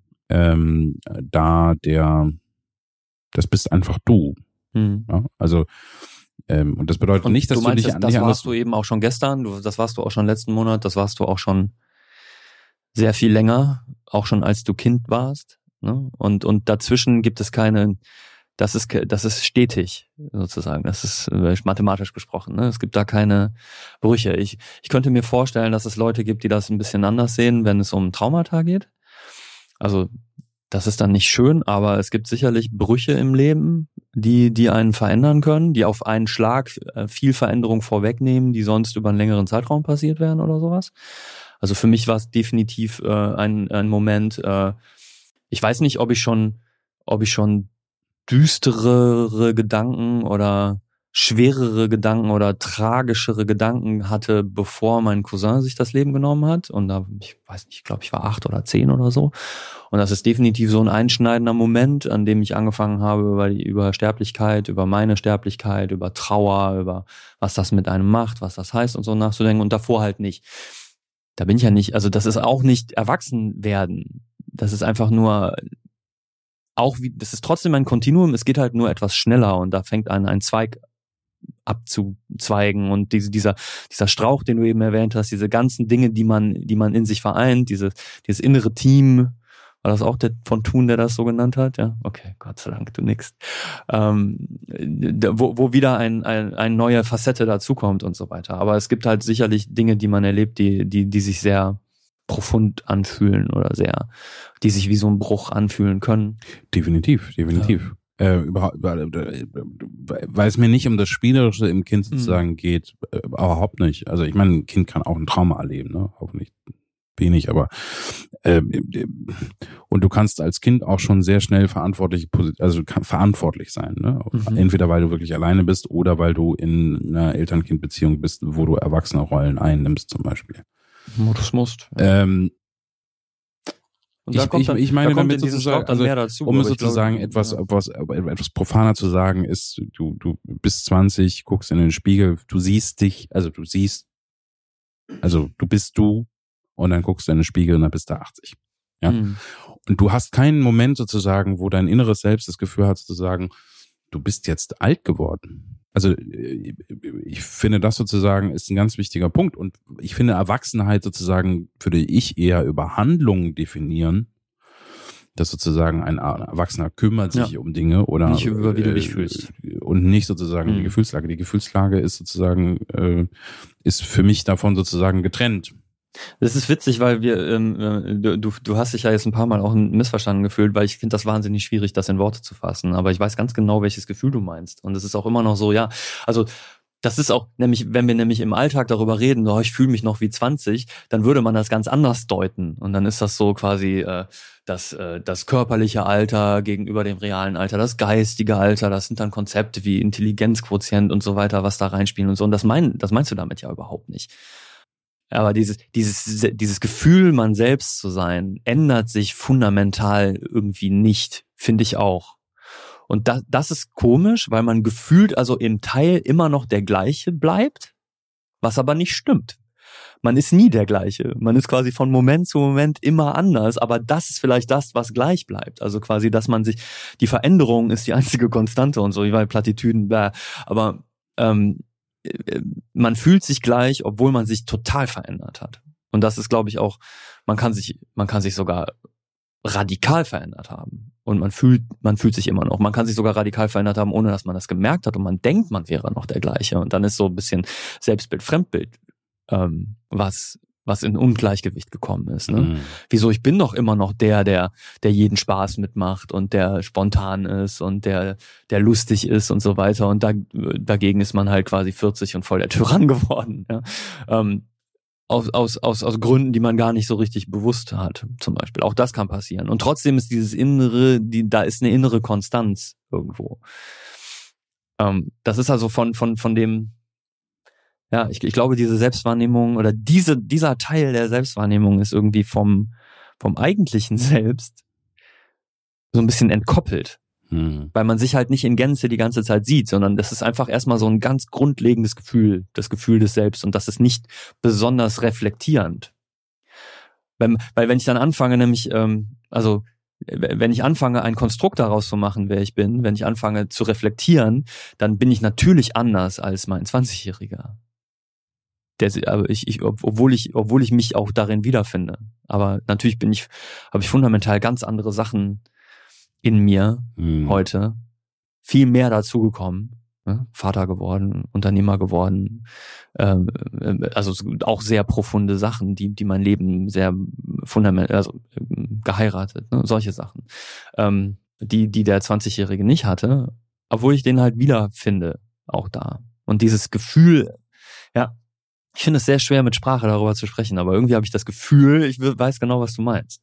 S1: das bist einfach du. Ja, also, und das bedeutet und nicht, dass du dich
S2: das warst du eben auch schon gestern, das warst du auch schon letzten Monat, das warst du auch schon sehr viel länger, auch schon als du Kind warst, ne? Und dazwischen gibt es das ist stetig sozusagen, das ist mathematisch gesprochen, ne? Es gibt da keine Brüche. Ich könnte mir vorstellen, dass es Leute gibt, die das ein bisschen anders sehen, wenn es um Traumata geht. Also das ist dann nicht schön, aber es gibt sicherlich Brüche im Leben, die einen verändern können, die auf einen Schlag viel Veränderung vorwegnehmen, die sonst über einen längeren Zeitraum passiert wären oder sowas. Also für mich war es definitiv ein Moment, ich weiß nicht, ob ich schon düsterere Gedanken oder schwerere Gedanken oder tragischere Gedanken hatte, bevor mein Cousin sich das Leben genommen hat. Und da, ich weiß nicht, ich glaube, ich war 8 oder 10 oder so. Und das ist definitiv so ein einschneidender Moment, an dem ich angefangen habe, über Sterblichkeit, über meine Sterblichkeit, über Trauer, über was das mit einem macht, was das heißt und so nachzudenken. Und davor halt nicht. Da bin ich ja nicht, also das ist auch nicht erwachsen werden. Das ist einfach nur das ist trotzdem ein Kontinuum, es geht halt nur etwas schneller und da fängt ein Zweig abzuzweigen und dieser Strauch, den du eben erwähnt hast, diese ganzen Dinge, die man in sich vereint, dieses innere Team, war das auch der von Thun, der das so genannt hat? Ja, okay, Gott sei Dank, du nix. Wo wieder eine neue Facette dazukommt und so weiter. Aber es gibt halt sicherlich Dinge, die man erlebt, die sich sehr profund anfühlen oder die sich wie so ein Bruch anfühlen können.
S1: Definitiv. Ja. Weil es mir nicht um das Spielerische im Kind sozusagen geht, überhaupt nicht. Also ich meine, ein Kind kann auch ein Trauma erleben, ne? Auch nicht wenig, aber und du kannst als Kind auch schon sehr schnell verantwortlich sein, ne? Entweder weil du wirklich alleine bist oder weil du in einer Eltern-Kind-Beziehung bist, wo du erwachsene Rollen einnimmst zum Beispiel.
S2: Das musst. Ja. Und
S1: ich meine damit sozusagen,
S2: also, mehr dazu,
S1: um es sozusagen etwas profaner zu sagen, ist, du bist 20, guckst in den Spiegel, du bist du und dann guckst du in den Spiegel und dann bist du 80. Ja? Und du hast keinen Moment sozusagen, wo dein inneres Selbst das Gefühl hat, zu sagen, du bist jetzt alt geworden. Also ich finde, das sozusagen ist ein ganz wichtiger Punkt. Und ich finde, Erwachsenheit sozusagen würde ich eher über Handlungen definieren, dass sozusagen ein Erwachsener kümmert sich um Dinge oder
S2: nicht über wie du dich fühlst.
S1: Und nicht sozusagen die Gefühlslage. Die Gefühlslage ist sozusagen, ist für mich davon sozusagen getrennt.
S2: Das ist witzig, weil du hast dich ja jetzt ein paar Mal auch missverstanden gefühlt, weil ich finde das wahnsinnig schwierig, das in Worte zu fassen. Aber ich weiß ganz genau, welches Gefühl du meinst. Und es ist auch immer noch so, ja, also Das ist auch, nämlich, wenn wir nämlich im Alltag darüber reden, oh, ich fühle mich noch wie 20, dann würde man das ganz anders deuten. Und dann ist das so quasi das körperliche Alter gegenüber dem realen Alter, das geistige Alter, das sind dann Konzepte wie Intelligenzquotient und so weiter, was da reinspielen und so. Und das meinst du damit ja überhaupt nicht. Aber dieses Gefühl, man selbst zu sein, ändert sich fundamental irgendwie nicht, finde ich auch. Und das ist komisch, weil man gefühlt also im Teil immer noch der gleiche bleibt, was aber nicht stimmt. Man ist nie der gleiche. Man ist quasi von Moment zu Moment immer anders, aber das ist vielleicht das, was gleich bleibt. Also quasi, dass man sich, die Veränderung ist die einzige Konstante und so, wie bei Plattitüden, aber man fühlt sich gleich, obwohl man sich total verändert hat. Und das ist, glaube ich, auch, man kann sich sogar radikal verändert haben. Und man fühlt sich immer noch. Man kann sich sogar radikal verändert haben, ohne dass man das gemerkt hat. Und man denkt, man wäre noch der gleiche. Und dann ist so ein bisschen Selbstbild, Fremdbild, was in Ungleichgewicht gekommen ist. Ne? Wieso, ich bin doch immer noch der jeden Spaß mitmacht und der spontan ist und der lustig ist und so weiter. Und dagegen ist man halt quasi 40 und voll der Tyrann geworden. Ja? Aus Gründen, die man gar nicht so richtig bewusst hat, zum Beispiel. Auch das kann passieren. Und trotzdem ist dieses Innere, da ist eine innere Konstanz irgendwo. Das ist also von dem, ja, ich glaube, diese Selbstwahrnehmung oder dieser Teil der Selbstwahrnehmung ist irgendwie vom eigentlichen Selbst so ein bisschen entkoppelt. Weil man sich halt nicht in Gänze die ganze Zeit sieht, sondern das ist einfach erstmal so ein ganz grundlegendes Gefühl, das Gefühl des Selbst, und das ist nicht besonders reflektierend. Weil wenn ich dann anfange, nämlich, wenn ich anfange, ein Konstrukt daraus zu machen, wer ich bin, wenn ich anfange zu reflektieren, dann bin ich natürlich anders als mein 20-Jähriger. Obwohl ich mich auch darin wiederfinde. Aber natürlich habe ich fundamental ganz andere Sachen in mir heute, viel mehr dazugekommen, ne? Vater geworden, Unternehmer geworden, also auch sehr profunde Sachen, die mein Leben sehr fundamental, also geheiratet, ne? Solche Sachen, die der 20-Jährige nicht hatte, obwohl ich den halt wiederfinde, auch da. Und dieses Gefühl, ja, ich finde es sehr schwer, mit Sprache darüber zu sprechen, aber irgendwie habe ich das Gefühl, ich weiß genau, was du meinst.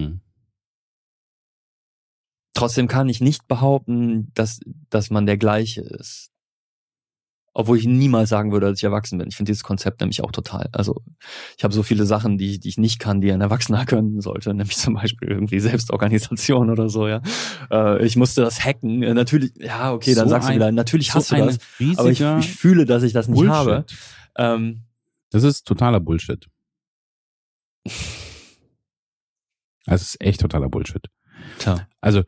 S2: Trotzdem kann ich nicht behaupten, dass man der gleiche ist. Obwohl ich niemals sagen würde, dass ich erwachsen bin. Ich finde dieses Konzept nämlich auch total. Also ich habe so viele Sachen, die ich nicht kann, die ein Erwachsener können sollte. Nämlich zum Beispiel irgendwie Selbstorganisation oder so, ja. Ich musste das hacken. Natürlich, ja, okay, dann sagst du wieder, natürlich hast du das. Aber ich fühle, dass ich das nicht habe.
S1: Das ist totaler Bullshit. Das ist echt totaler Bullshit.
S2: Tja.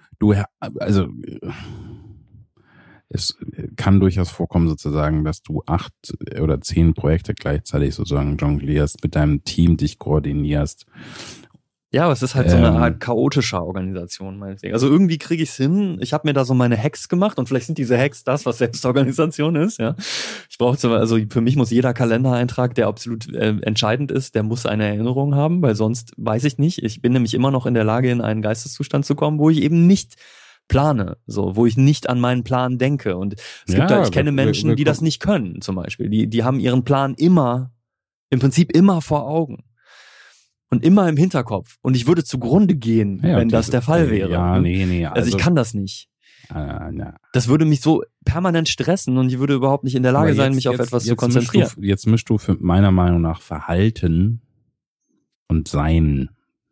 S1: Es kann durchaus vorkommen sozusagen, dass du 8 oder 10 Projekte gleichzeitig sozusagen jonglierst, mit deinem Team dich koordinierst.
S2: Ja, aber es ist halt so eine Art chaotischer Organisation, meinetwegen. Also irgendwie kriege ich es hin. Ich habe mir da so meine Hacks gemacht und vielleicht sind diese Hacks das, was Selbstorganisation ist. Ja, ich brauche also für mich muss jeder Kalendereintrag, der absolut entscheidend ist, der muss eine Erinnerung haben, weil sonst weiß ich nicht. Ich bin nämlich immer noch in der Lage, in einen Geisteszustand zu kommen, wo ich eben nicht plane, so, wo ich nicht an meinen Plan denke. Und ich kenne Menschen, die das nicht können, zum Beispiel. Die haben ihren Plan im Prinzip immer vor Augen. Und immer im Hinterkopf. Und ich würde zugrunde gehen, wenn das der Fall wäre.
S1: Ja, nee.
S2: Also ich kann das nicht. Das würde mich so permanent stressen und ich würde überhaupt nicht in der Lage sein, mich auf etwas zu konzentrieren.
S1: Jetzt mischst du meiner Meinung nach Verhalten und Sein.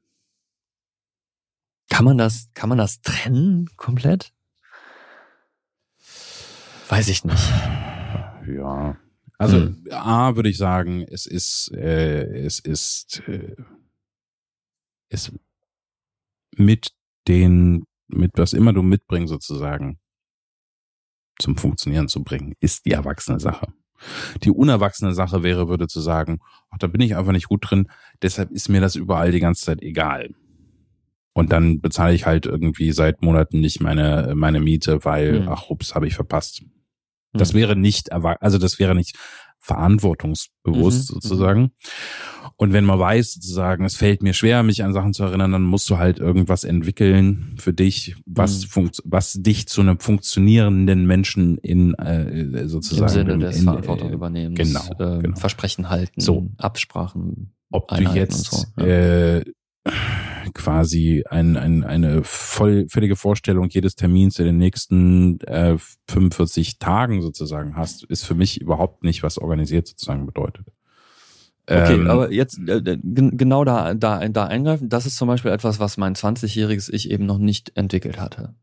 S2: Kann man das trennen komplett? Weiß ich nicht.
S1: Ja. Also A würde ich sagen, es mit was immer du mitbringst sozusagen zum Funktionieren zu bringen, ist die erwachsene Sache. Die unerwachsene Sache würde zu sagen, ach, da bin ich einfach nicht gut drin, deshalb ist mir das überall die ganze Zeit egal. Und dann bezahle ich halt irgendwie seit Monaten nicht meine Miete, weil, ups, habe ich verpasst. Das wäre nicht verantwortungsbewusst sozusagen. Und wenn man weiß, sozusagen, es fällt mir schwer, mich an Sachen zu erinnern, dann musst du halt irgendwas entwickeln für dich, was dich zu einem funktionierenden Menschen sozusagen
S2: im Sinne des Verantwortung übernehmens,
S1: genau.
S2: Versprechen halten, Absprachen.
S1: Ob du jetzt quasi eine völlige Vorstellung jedes Termins in den nächsten 45 Tagen sozusagen hast, ist für mich überhaupt nicht, was organisiert sozusagen bedeutet.
S2: Okay, aber jetzt genau da eingreifen, das ist zum Beispiel etwas, was mein 20-jähriges Ich eben noch nicht entwickelt hatte.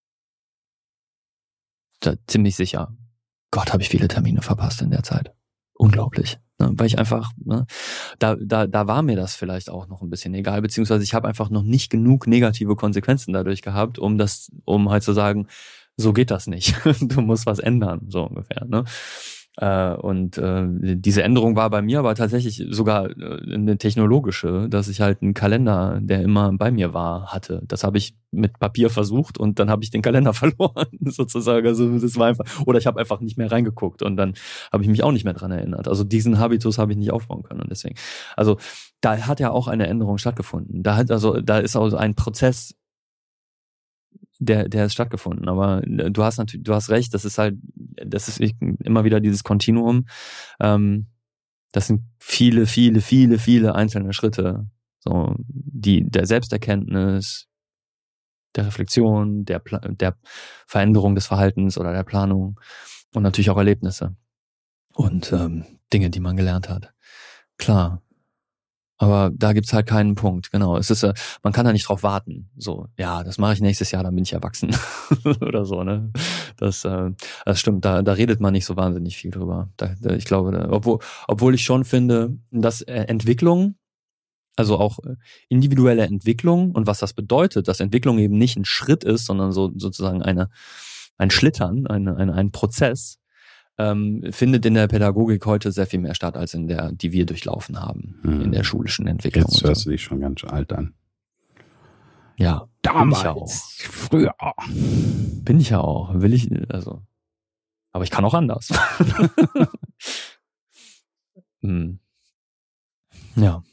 S2: Ziemlich sicher. Gott, habe ich viele Termine verpasst in der Zeit. Unglaublich. Ne? Weil ich einfach, da war mir das vielleicht auch noch ein bisschen egal, beziehungsweise ich habe einfach noch nicht genug negative Konsequenzen dadurch gehabt, um halt zu sagen, so geht das nicht. Du musst was ändern, so ungefähr, ne? Und diese Änderung war bei mir aber tatsächlich sogar eine technologische, dass ich halt einen Kalender, der immer bei mir hatte. Das habe ich mit Papier versucht und dann habe ich den Kalender verloren, sozusagen. Also das war einfach, oder ich habe einfach nicht mehr reingeguckt und dann habe ich mich auch nicht mehr dran erinnert. Also diesen Habitus habe ich nicht aufbauen können und deswegen. Also da hat ja auch eine Änderung stattgefunden. Da ist also ein Prozess, der ist stattgefunden, aber du hast recht, das ist immer wieder dieses Kontinuum, das sind viele, viele, viele, viele einzelne Schritte, so, der Selbsterkenntnis, der Reflexion, der Veränderung des Verhaltens oder der Planung und natürlich auch Erlebnisse und Dinge, die man gelernt hat. Klar. Aber da gibt's halt keinen Punkt, genau. Es ist, man kann da nicht drauf warten. So, ja, das mache ich nächstes Jahr, dann bin ich erwachsen oder so, ne? Das stimmt. Da redet man nicht so wahnsinnig viel drüber. Ich glaube, obwohl ich schon finde, dass Entwicklung, also auch individuelle Entwicklung und was das bedeutet, dass Entwicklung eben nicht ein Schritt ist, sondern sozusagen ein Schlittern, ein Prozess. Findet in der Pädagogik heute sehr viel mehr statt als in der, die wir durchlaufen haben, in der schulischen Entwicklung.
S1: Jetzt hörst du dich schon ganz alt an.
S2: Ja,
S1: damals, früher.
S2: Bin ich ja auch, aber ich kann auch anders. Ja.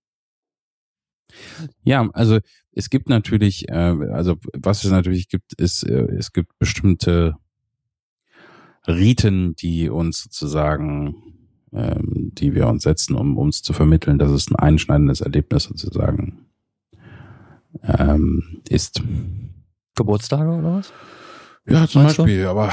S1: Ja, also es gibt natürlich, was es natürlich gibt, ist, es gibt bestimmte Riten, die uns sozusagen, die wir uns setzen, um uns zu vermitteln, dass es ein einschneidendes Erlebnis sozusagen ist.
S2: Geburtstage oder was?
S1: Ja, zum Beispiel, aber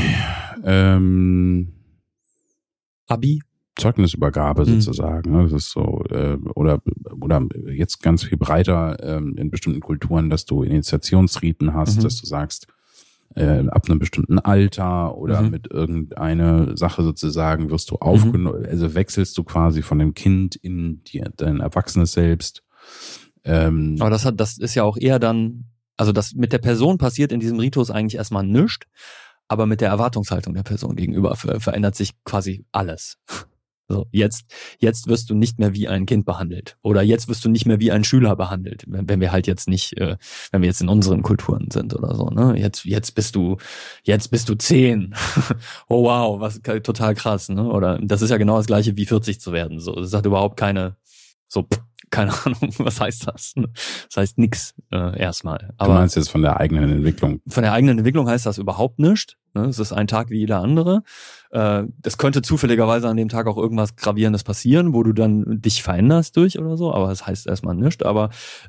S2: Abi?
S1: Zeugnisübergabe sozusagen. Das ist so, oder jetzt ganz viel breiter in bestimmten Kulturen, dass du Initiationsriten hast, dass du sagst, ab einem bestimmten Alter oder mit irgendeiner Sache sozusagen wirst du aufgenommen, also wechselst du quasi von dem Kind in dein erwachsenes Selbst.
S2: Aber das ist ja auch eher dann, also das mit der Person passiert in diesem Ritus eigentlich erstmal nichts, aber mit der Erwartungshaltung der Person gegenüber verändert sich quasi alles. So, jetzt wirst du nicht mehr wie ein Kind behandelt oder jetzt wirst du nicht mehr wie ein Schüler behandelt, wenn wir halt jetzt nicht, wenn wir jetzt in unseren Kulturen sind oder so, ne? Jetzt bist du 10. Oh wow, was total krass, ne? Oder das ist ja genau das gleiche wie 40 zu werden. So, das hat überhaupt keine Ahnung, was heißt das? Das heißt nix erstmal. Aber
S1: du meinst jetzt von der eigenen Entwicklung?
S2: Von der eigenen Entwicklung heißt das überhaupt nichts. Ne? Es ist ein Tag wie jeder andere. Das könnte zufälligerweise an dem Tag auch irgendwas Gravierendes passieren, wo du dann dich veränderst durch oder so. Aber das heißt erstmal nichts. Aber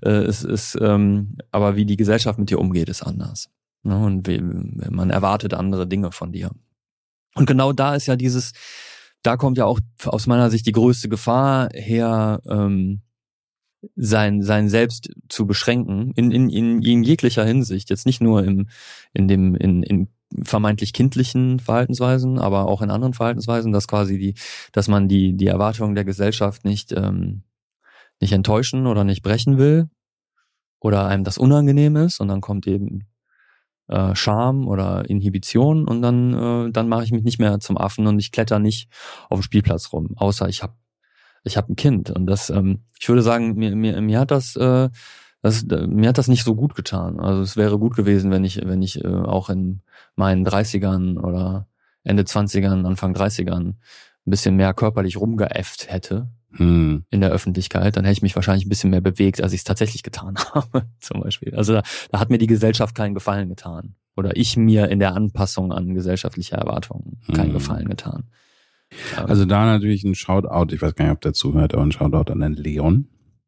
S2: aber wie die Gesellschaft mit dir umgeht, ist anders. Ne? Und man erwartet andere Dinge von dir. Und genau da ist ja da kommt ja auch aus meiner Sicht die größte Gefahr her, sein Selbst zu beschränken in jeglicher Hinsicht, jetzt nicht nur in vermeintlich kindlichen Verhaltensweisen, aber auch in anderen Verhaltensweisen, dass man die Erwartungen der Gesellschaft nicht enttäuschen oder nicht brechen will oder einem das unangenehm ist und dann kommt eben Scham oder Inhibition und dann mache ich mich nicht mehr zum Affen und ich kletter nicht auf dem Spielplatz rum, außer ich hab ein Kind und das ich würde sagen, mir hat das nicht so gut getan. Also es wäre gut gewesen, wenn ich auch in meinen 30ern oder Ende 20ern, Anfang 30ern ein bisschen mehr körperlich rumgeäfft hätte. in der Öffentlichkeit, dann hätte ich mich wahrscheinlich ein bisschen mehr bewegt, als ich es tatsächlich getan habe, zum Beispiel. Also da hat mir die Gesellschaft keinen Gefallen getan. Oder ich mir in der Anpassung an gesellschaftliche Erwartungen keinen Gefallen getan.
S1: Also da natürlich ein Shoutout, ich weiß gar nicht, ob der zuhört, aber ein Shoutout an den Leon.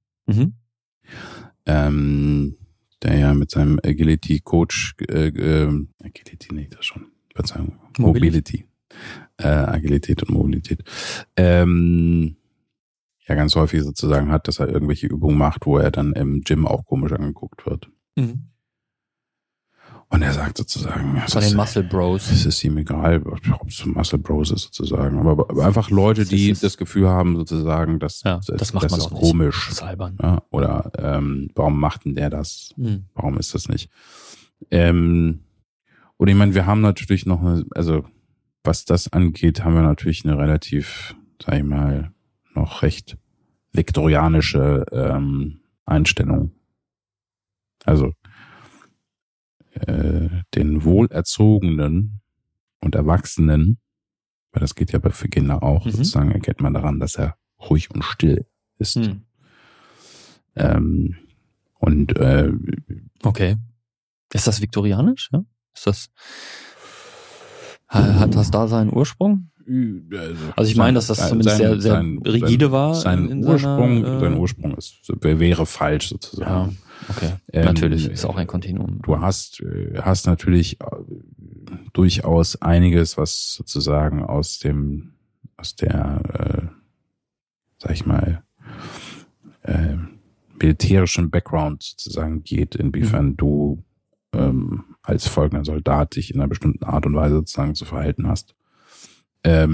S1: Der ja mit seinem Agility-Coach, Agility nicht, das schon, Verzeihung, Mobility. Agilität und Mobilität. Ja, ganz häufig sozusagen hat, dass er irgendwelche Übungen macht, wo er dann im Gym auch komisch angeguckt wird. Und er sagt sozusagen,
S2: von den Muscle Bros.
S1: Es ist ihm egal, ob es Muscle Bros ist sozusagen, aber einfach Leute, die das Gefühl haben sozusagen, dass
S2: das macht man
S1: ist
S2: doch
S1: komisch.
S2: Nicht. Das ist albern.
S1: Ja, oder warum macht denn der das? Warum ist das nicht? Und ich meine, wir haben natürlich noch, also was das angeht, haben wir natürlich eine relativ, sag ich mal, noch recht viktorianische Einstellung. Also den Wohlerzogenen und Erwachsenen, weil das geht ja für Kinder auch, sozusagen erkennt man daran, dass er ruhig und still ist.
S2: Okay. Ist das viktorianisch? Ja? Ist das, hat das da seinen Ursprung? Also ich meine, dass das zumindest sehr rigide war.
S1: Sein Ursprung wäre falsch sozusagen.
S2: Ja, okay. Natürlich ist auch ein Kontinuum.
S1: Du hast natürlich durchaus einiges, was sozusagen aus der sag ich mal, militärischen Background sozusagen geht, inwiefern du als folgender Soldat dich in einer bestimmten Art und Weise sozusagen zu verhalten hast. Das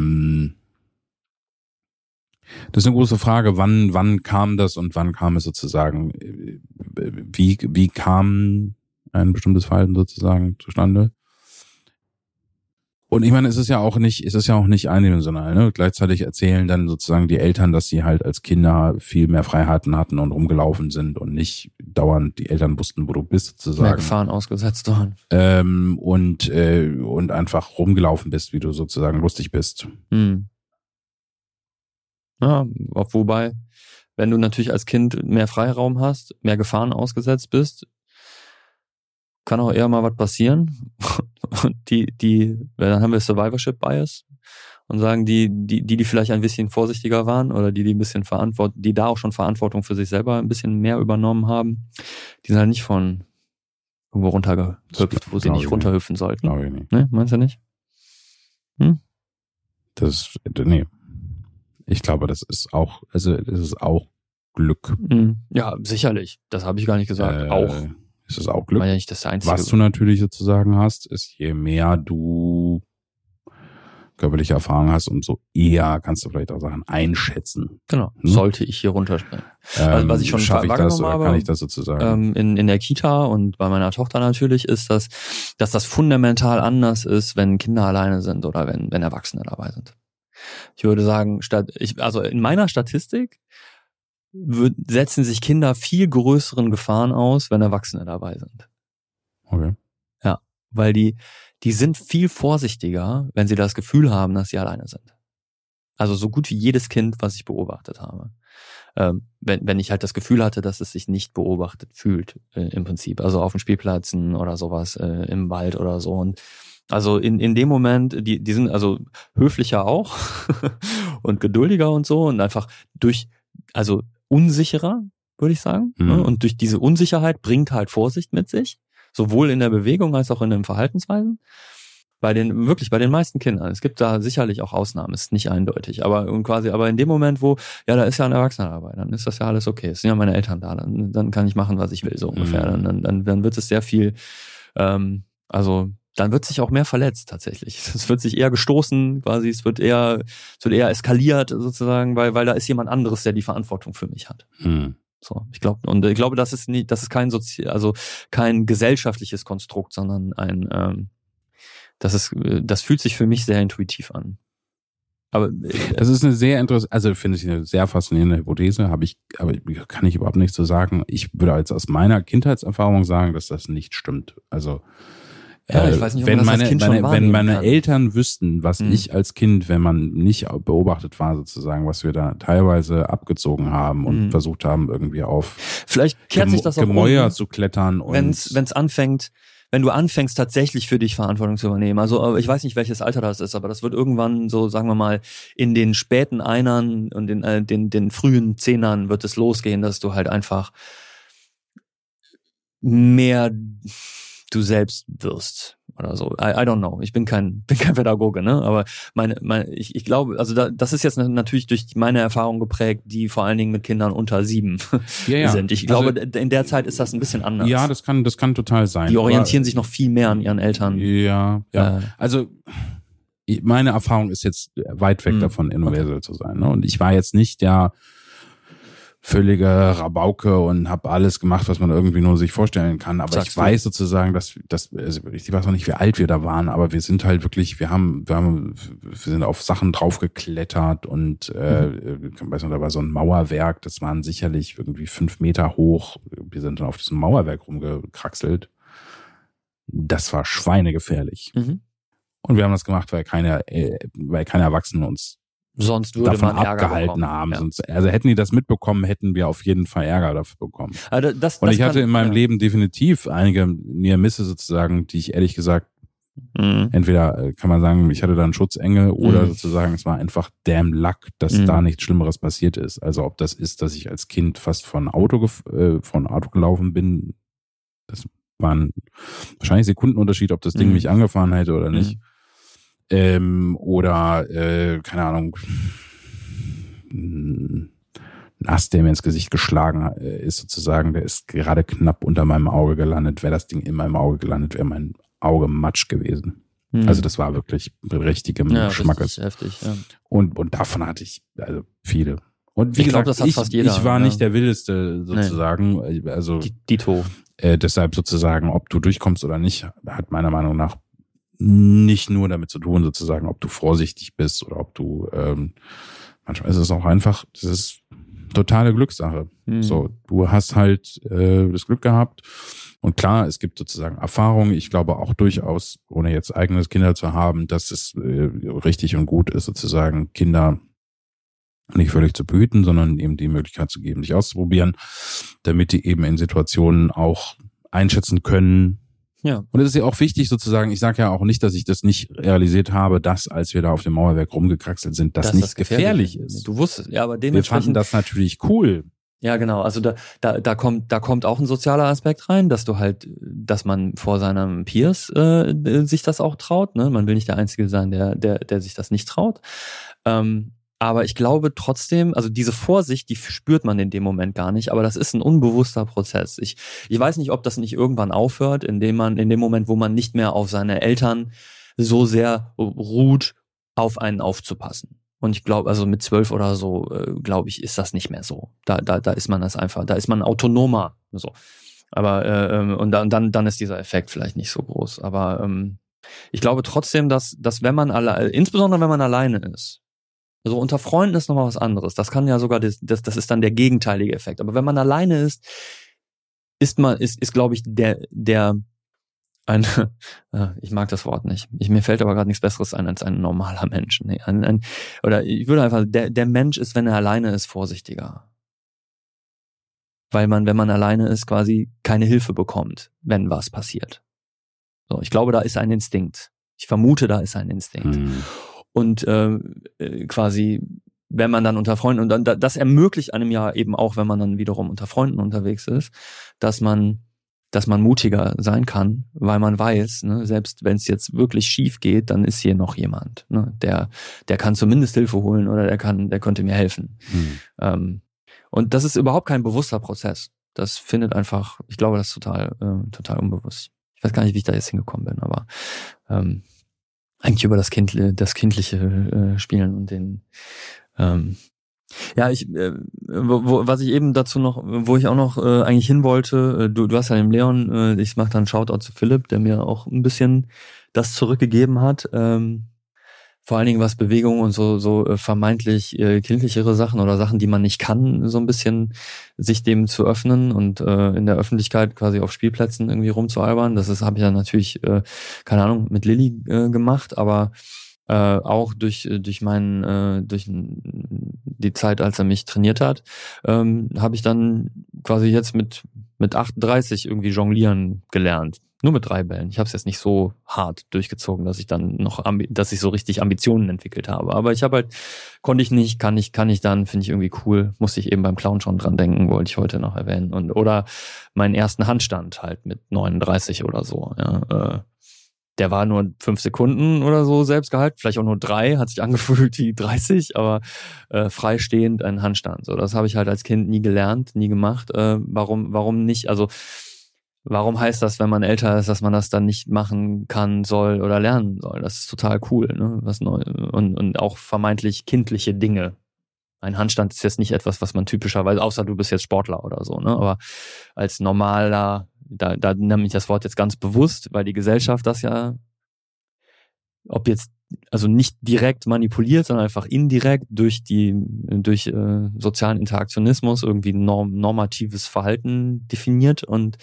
S1: ist eine große Frage, wann kam das und wann kam es sozusagen, wie kam ein bestimmtes Verhalten sozusagen zustande? Und ich meine, es ist ja auch nicht eindimensional, ne? Gleichzeitig erzählen dann sozusagen die Eltern, dass sie halt als Kinder viel mehr Freiheiten hatten und rumgelaufen sind und nicht dauernd die Eltern wussten, wo du bist sozusagen.
S2: Mehr Gefahren ausgesetzt waren.
S1: Und einfach rumgelaufen bist, wie du sozusagen lustig bist.
S2: Ja, wobei, wenn du natürlich als Kind mehr Freiraum hast, mehr Gefahren ausgesetzt bist, kann auch eher mal was passieren. Und dann haben wir Survivorship Bias und sagen, die vielleicht ein bisschen vorsichtiger waren oder die ein bisschen die da auch schon Verantwortung für sich selber ein bisschen mehr übernommen haben, die sind halt nicht von irgendwo runtergehüpft, wo sie nicht runterhüpfen sollten.
S1: Glaube ich nicht.
S2: Ne? Meinst du nicht?
S1: Nee. Ich glaube, das ist auch Glück.
S2: Ja, sicherlich. Das habe ich gar nicht gesagt. Auch.
S1: Ist es auch Glück.
S2: War ja nicht das Einzige.
S1: Was du natürlich sozusagen hast, ist, je mehr du körperliche Erfahrung hast, umso eher kannst du vielleicht auch Sachen einschätzen.
S2: Genau. Sollte ich hier runterspringen. Also, was ich schon wahrgenommen habe,
S1: kann ich das sozusagen?
S2: In der Kita und bei meiner Tochter natürlich, ist dass das fundamental anders ist, wenn Kinder alleine sind oder wenn Erwachsene dabei sind. Ich würde sagen, also in meiner Statistik setzen sich Kinder viel größeren Gefahren aus, wenn Erwachsene dabei sind.
S1: Okay.
S2: Ja, weil die sind viel vorsichtiger, wenn sie das Gefühl haben, dass sie alleine sind. Also so gut wie jedes Kind, was ich beobachtet habe. Wenn ich halt das Gefühl hatte, dass es sich nicht beobachtet fühlt, im Prinzip. Also auf den Spielplätzen oder sowas, im Wald oder so. Und also in dem Moment, die sind also höflicher auch und geduldiger und so und einfach also unsicherer, würde ich sagen. Und durch diese Unsicherheit bringt halt Vorsicht mit sich, sowohl in der Bewegung als auch in den Verhaltensweisen. Bei den meisten Kindern. Es gibt da sicherlich auch Ausnahmen, ist nicht eindeutig. Aber in dem Moment, wo, ja, da ist ja ein Erwachsener dabei, dann ist das ja alles okay. Es sind ja meine Eltern da, dann kann ich machen, was ich will, so ungefähr. Dann wird es sehr viel, dann wird sich auch mehr verletzt tatsächlich. Es wird sich eher gestoßen, quasi, es wird eher eskaliert sozusagen, weil da ist jemand anderes, der die Verantwortung für mich hat. So, ich glaube, das ist kein gesellschaftliches Konstrukt, sondern das fühlt sich für mich sehr intuitiv an. Aber
S1: es ist eine sehr interessante, also finde ich eine sehr faszinierende Hypothese, aber kann ich überhaupt nichts zu sagen. Ich würde jetzt aus meiner Kindheitserfahrung sagen, dass das nicht stimmt. Also
S2: Ja, ich weiß nicht, ob
S1: wenn
S2: man das als Kind schon
S1: wenn
S2: wahrnehmen
S1: meine
S2: kann.
S1: Eltern wüssten, was ich als Kind, wenn man nicht beobachtet war sozusagen, was wir da teilweise abgezogen haben und versucht haben, irgendwie auf
S2: vielleicht kehrt sich das auch
S1: Gemäuer zu klettern.
S2: Wenn's anfängt, wenn du anfängst, tatsächlich für dich Verantwortung zu übernehmen. Also ich weiß nicht, welches Alter das ist, aber das wird irgendwann so, sagen wir mal, in den späten Einern und den frühen Zehnern wird es losgehen, dass du halt einfach mehr du selbst wirst oder so. I don't know. Ich bin kein Pädagoge, ne? Aber ich glaube, also das ist jetzt natürlich durch meine Erfahrung geprägt, die vor allen Dingen mit Kindern unter 7 sind. Ich glaube, in der Zeit ist das ein bisschen anders.
S1: Ja, das kann total sein.
S2: Die orientieren sich noch viel mehr an ihren Eltern.
S1: Ja. Also meine Erfahrung ist jetzt weit weg davon, universal zu sein. Ne? Und ich war jetzt nicht der völlige Rabauke und habe alles gemacht, was man irgendwie nur sich vorstellen kann. Aber ich weiß sozusagen, dass also ich weiß noch nicht, wie alt wir da waren, aber wir sind halt wirklich, wir sind auf Sachen draufgeklettert und ich weiß noch, da war so ein Mauerwerk, das waren sicherlich irgendwie 5 Meter hoch. Wir sind dann auf diesem Mauerwerk rumgekraxelt. Das war schweinegefährlich. Und wir haben das gemacht, weil keine Erwachsenen uns
S2: sonst würde
S1: davon
S2: man Ärger
S1: abgehalten
S2: bekommen.
S1: haben.
S2: Ja.
S1: Sonst, also hätten die das mitbekommen, hätten wir auf jeden Fall Ärger dafür bekommen.
S2: Also
S1: und ich hatte in meinem Leben definitiv einige Near-Misse sozusagen, die ich ehrlich gesagt, entweder kann man sagen, ich hatte da einen Schutzengel oder sozusagen, es war einfach damn luck, dass da nichts Schlimmeres passiert ist. Also ob das ist, dass ich als Kind fast von Auto gelaufen bin, das war ein wahrscheinlich Sekundenunterschied, ob das Ding mich angefahren hätte oder nicht. Oder, keine Ahnung, ein Ast, der mir ins Gesicht geschlagen ist sozusagen, der ist gerade knapp unter meinem Auge gelandet. Wäre das Ding in meinem Auge gelandet, wäre mein Auge matsch gewesen. Also das war wirklich richtigem Schmackes.
S2: Heftig, ja.
S1: Und davon hatte ich also viele. Und wie
S2: ich
S1: gesagt,
S2: glaub, das hat fast jeder,
S1: ich war nicht der Wildeste sozusagen. Nee. Also
S2: Dito.
S1: Deshalb sozusagen, ob du durchkommst oder nicht, hat meiner Meinung nach nicht nur damit zu tun, sozusagen, ob du vorsichtig bist oder ob du manchmal ist es auch einfach, das ist totale Glückssache. So, du hast halt das Glück gehabt und klar, es gibt sozusagen Erfahrungen. Ich glaube auch durchaus, ohne jetzt eigenes Kinder zu haben, dass es richtig und gut ist, sozusagen Kinder nicht völlig zu behüten, sondern eben die Möglichkeit zu geben, dich auszuprobieren, damit die eben in Situationen auch einschätzen können.
S2: Ja.
S1: Und es ist ja auch wichtig sozusagen, ich sage ja auch nicht, dass ich das nicht realisiert habe, dass als wir da auf dem Mauerwerk rumgekraxelt sind, das nicht gefährlich ist.
S2: Du wusstest, ja, aber
S1: dementsprechend. Wir fanden das natürlich cool.
S2: Ja, genau. Also da kommt auch ein sozialer Aspekt rein, dass dass man vor seinem Peers sich das auch traut. Ne? Man will nicht der Einzige sein, der sich das nicht traut. Aber ich glaube trotzdem, also diese Vorsicht, die spürt man in dem Moment gar nicht, aber das ist ein unbewusster Prozess. Ich weiß nicht, ob das nicht irgendwann aufhört, in dem Moment, wo man nicht mehr auf seine Eltern so sehr ruht, auf einen aufzupassen. Und ich glaube, also mit 12 oder so, glaube ich, ist das nicht mehr so. Da ist man das einfach, da ist man autonomer, so. Aber, und dann ist dieser Effekt vielleicht nicht so groß. Aber, ich glaube trotzdem, dass wenn man insbesondere wenn man alleine ist, also unter Freunden ist nochmal was anderes. Das kann ja sogar, das ist dann der gegenteilige Effekt. Aber wenn man alleine ist, glaube ich, ich mag das Wort nicht. Mir fällt aber gerade nichts Besseres ein als ein normaler Mensch. Nee, oder ich würde einfach, der Mensch ist, wenn er alleine ist, vorsichtiger. Weil man, wenn man alleine ist, quasi keine Hilfe bekommt, wenn was passiert. So, ich glaube, da ist ein Instinkt. Ich vermute, da ist ein Instinkt. Und quasi, wenn man dann unter Freunden, und dann das ermöglicht einem ja eben auch, wenn man dann wiederum unter Freunden unterwegs ist, dass man mutiger sein kann, weil man weiß, ne, selbst wenn es jetzt wirklich schief geht, dann ist hier noch jemand, ne, der kann zumindest Hilfe holen oder der könnte mir helfen. Und das ist überhaupt kein bewusster Prozess. Das findet einfach, ich glaube, das ist total unbewusst. Ich weiß gar nicht, wie ich da jetzt hingekommen bin, aber eigentlich über das kindliche Spielen und den was ich eben dazu noch, wo ich auch noch eigentlich hin wollte, du hast ja den Leon, ich mache dann Shoutout zu Philipp, der mir auch ein bisschen das zurückgegeben hat, vor allen Dingen was Bewegung und so vermeintlich kindlichere Sachen oder Sachen, die man nicht kann, so ein bisschen sich dem zu öffnen und in der Öffentlichkeit quasi auf Spielplätzen irgendwie rumzualbern. Das habe ich ja natürlich, keine Ahnung, mit Lilly gemacht, aber auch durch die Zeit, als er mich trainiert hat, habe ich dann quasi jetzt mit 38 irgendwie jonglieren gelernt. Nur mit 3 Bällen. Ich habe es jetzt nicht so hart durchgezogen, dass ich dann dass ich so richtig Ambitionen entwickelt habe. Aber ich habe halt, konnte ich nicht, kann ich dann, finde ich irgendwie cool. Musste ich eben beim Clown schon dran denken, wollte ich heute noch erwähnen. Oder meinen ersten Handstand halt mit 39 oder so. Ja, der war nur 5 Sekunden oder so selbst gehalten, vielleicht auch nur 3, hat sich angefühlt wie 30, aber freistehend ein Handstand. So, das habe ich halt als Kind nie gelernt, nie gemacht. Warum nicht? Also warum heißt das, wenn man älter ist, dass man das dann nicht machen kann, soll oder lernen soll? Das ist total cool, ne? Was neu und auch vermeintlich kindliche Dinge. Ein Handstand ist jetzt nicht etwas, was man typischerweise, außer du bist jetzt Sportler oder so, ne? Aber als normaler, da nehme ich das Wort jetzt ganz bewusst, weil die Gesellschaft das ja, ob jetzt, also nicht direkt manipuliert, sondern einfach indirekt durch sozialen Interaktionismus irgendwie normatives Verhalten definiert und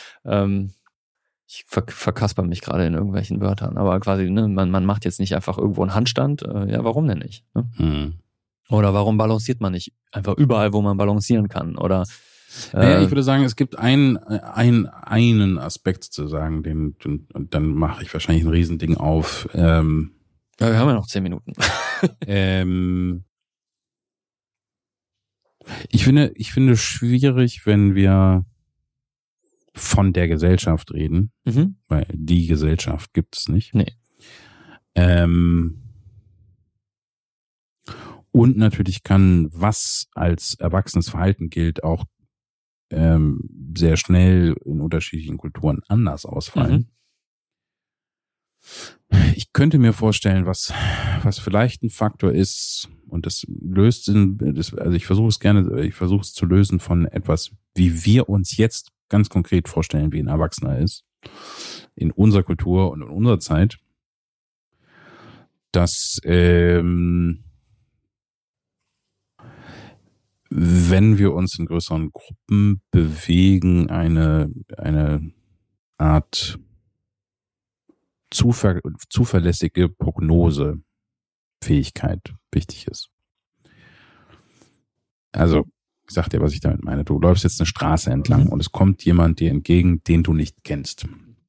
S2: ich verkasper mich gerade in irgendwelchen Wörtern, aber quasi, ne, man macht jetzt nicht einfach irgendwo einen Handstand, ja, warum denn nicht? Ne? Oder warum balanciert man nicht einfach überall, wo man balancieren kann? Oder
S1: naja, ich würde sagen, es gibt einen Aspekt sozusagen, und dann mache ich wahrscheinlich ein Riesending auf.
S2: Ja, wir haben ja noch 10 Minuten.
S1: Ich finde schwierig, wenn wir von der Gesellschaft reden, weil die Gesellschaft gibt es nicht.
S2: Nee.
S1: Und natürlich kann, was als erwachsenes Verhalten gilt, auch sehr schnell in unterschiedlichen Kulturen anders ausfallen. Ich könnte mir vorstellen, was vielleicht ein Faktor ist, und das löst also ich versuche es zu lösen von etwas, wie wir uns jetzt ganz konkret vorstellen, wie ein Erwachsener ist, in unserer Kultur und in unserer Zeit, dass wenn wir uns in größeren Gruppen bewegen, eine Art zuverlässige Prognosefähigkeit wichtig ist. Also, ich sag dir, was ich damit meine. Du läufst jetzt eine Straße entlang und es kommt jemand dir entgegen, den du nicht kennst.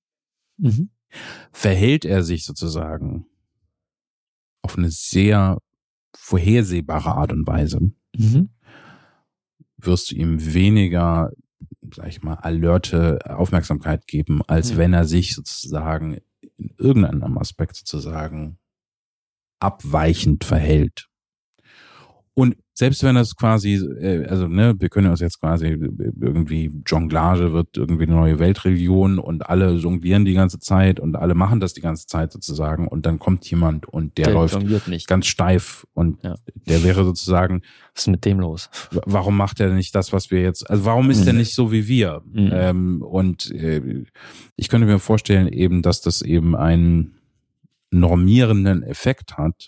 S1: Verhält er sich sozusagen auf eine sehr vorhersehbare Art und Weise, wirst du ihm weniger, sag ich mal, alerte Aufmerksamkeit geben, als wenn er sich sozusagen in irgendeinem Aspekt sozusagen abweichend verhält. Und selbst wenn das quasi, wir können uns jetzt quasi irgendwie Jonglage wird irgendwie eine neue Weltreligion und alle jonglieren die ganze Zeit und alle machen das die ganze Zeit sozusagen und dann kommt jemand und der läuft nicht ganz steif und der wäre sozusagen,
S2: was ist mit dem los?
S1: Warum macht er nicht das, was wir jetzt, also warum ist er nicht so wie wir? Ich könnte mir vorstellen eben, dass das eben einen normierenden Effekt hat,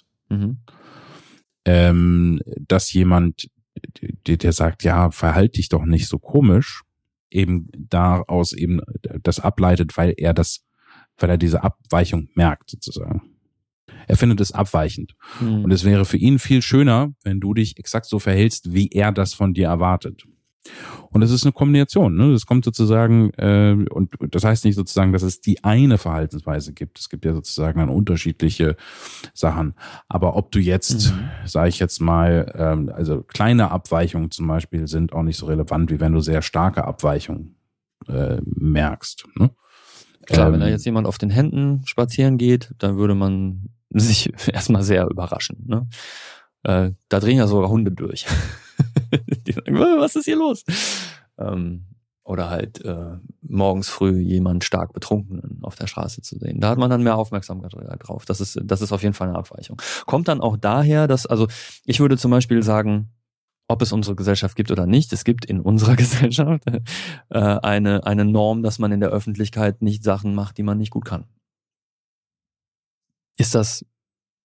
S1: dass jemand, der sagt, ja, verhalte dich doch nicht so komisch, eben daraus eben das ableitet, weil er diese Abweichung merkt, sozusagen. Er findet es abweichend. Und es wäre für ihn viel schöner, wenn du dich exakt so verhältst, wie er das von dir erwartet. Und das ist eine Kombination, ne? Das kommt sozusagen, und das heißt nicht sozusagen, dass es die eine Verhaltensweise gibt. Es gibt ja sozusagen dann unterschiedliche Sachen. Aber ob du jetzt, sage ich jetzt mal, also kleine Abweichungen zum Beispiel sind auch nicht so relevant, wie wenn du sehr starke Abweichungen merkst. Ne?
S2: Klar, wenn da jetzt jemand auf den Händen spazieren geht, dann würde man sich erstmal sehr überraschen. Ne? Da drehen ja sogar Hunde durch. Die sagen, was ist hier los? Oder halt morgens früh jemand stark Betrunkenen auf der Straße zu sehen. Da hat man dann mehr Aufmerksamkeit drauf. Das ist auf jeden Fall eine Abweichung. Kommt dann auch daher, dass, also ich würde zum Beispiel sagen, ob es unsere Gesellschaft gibt oder nicht, es gibt in unserer Gesellschaft eine Norm, dass man in der Öffentlichkeit nicht Sachen macht, die man nicht gut kann. Ist das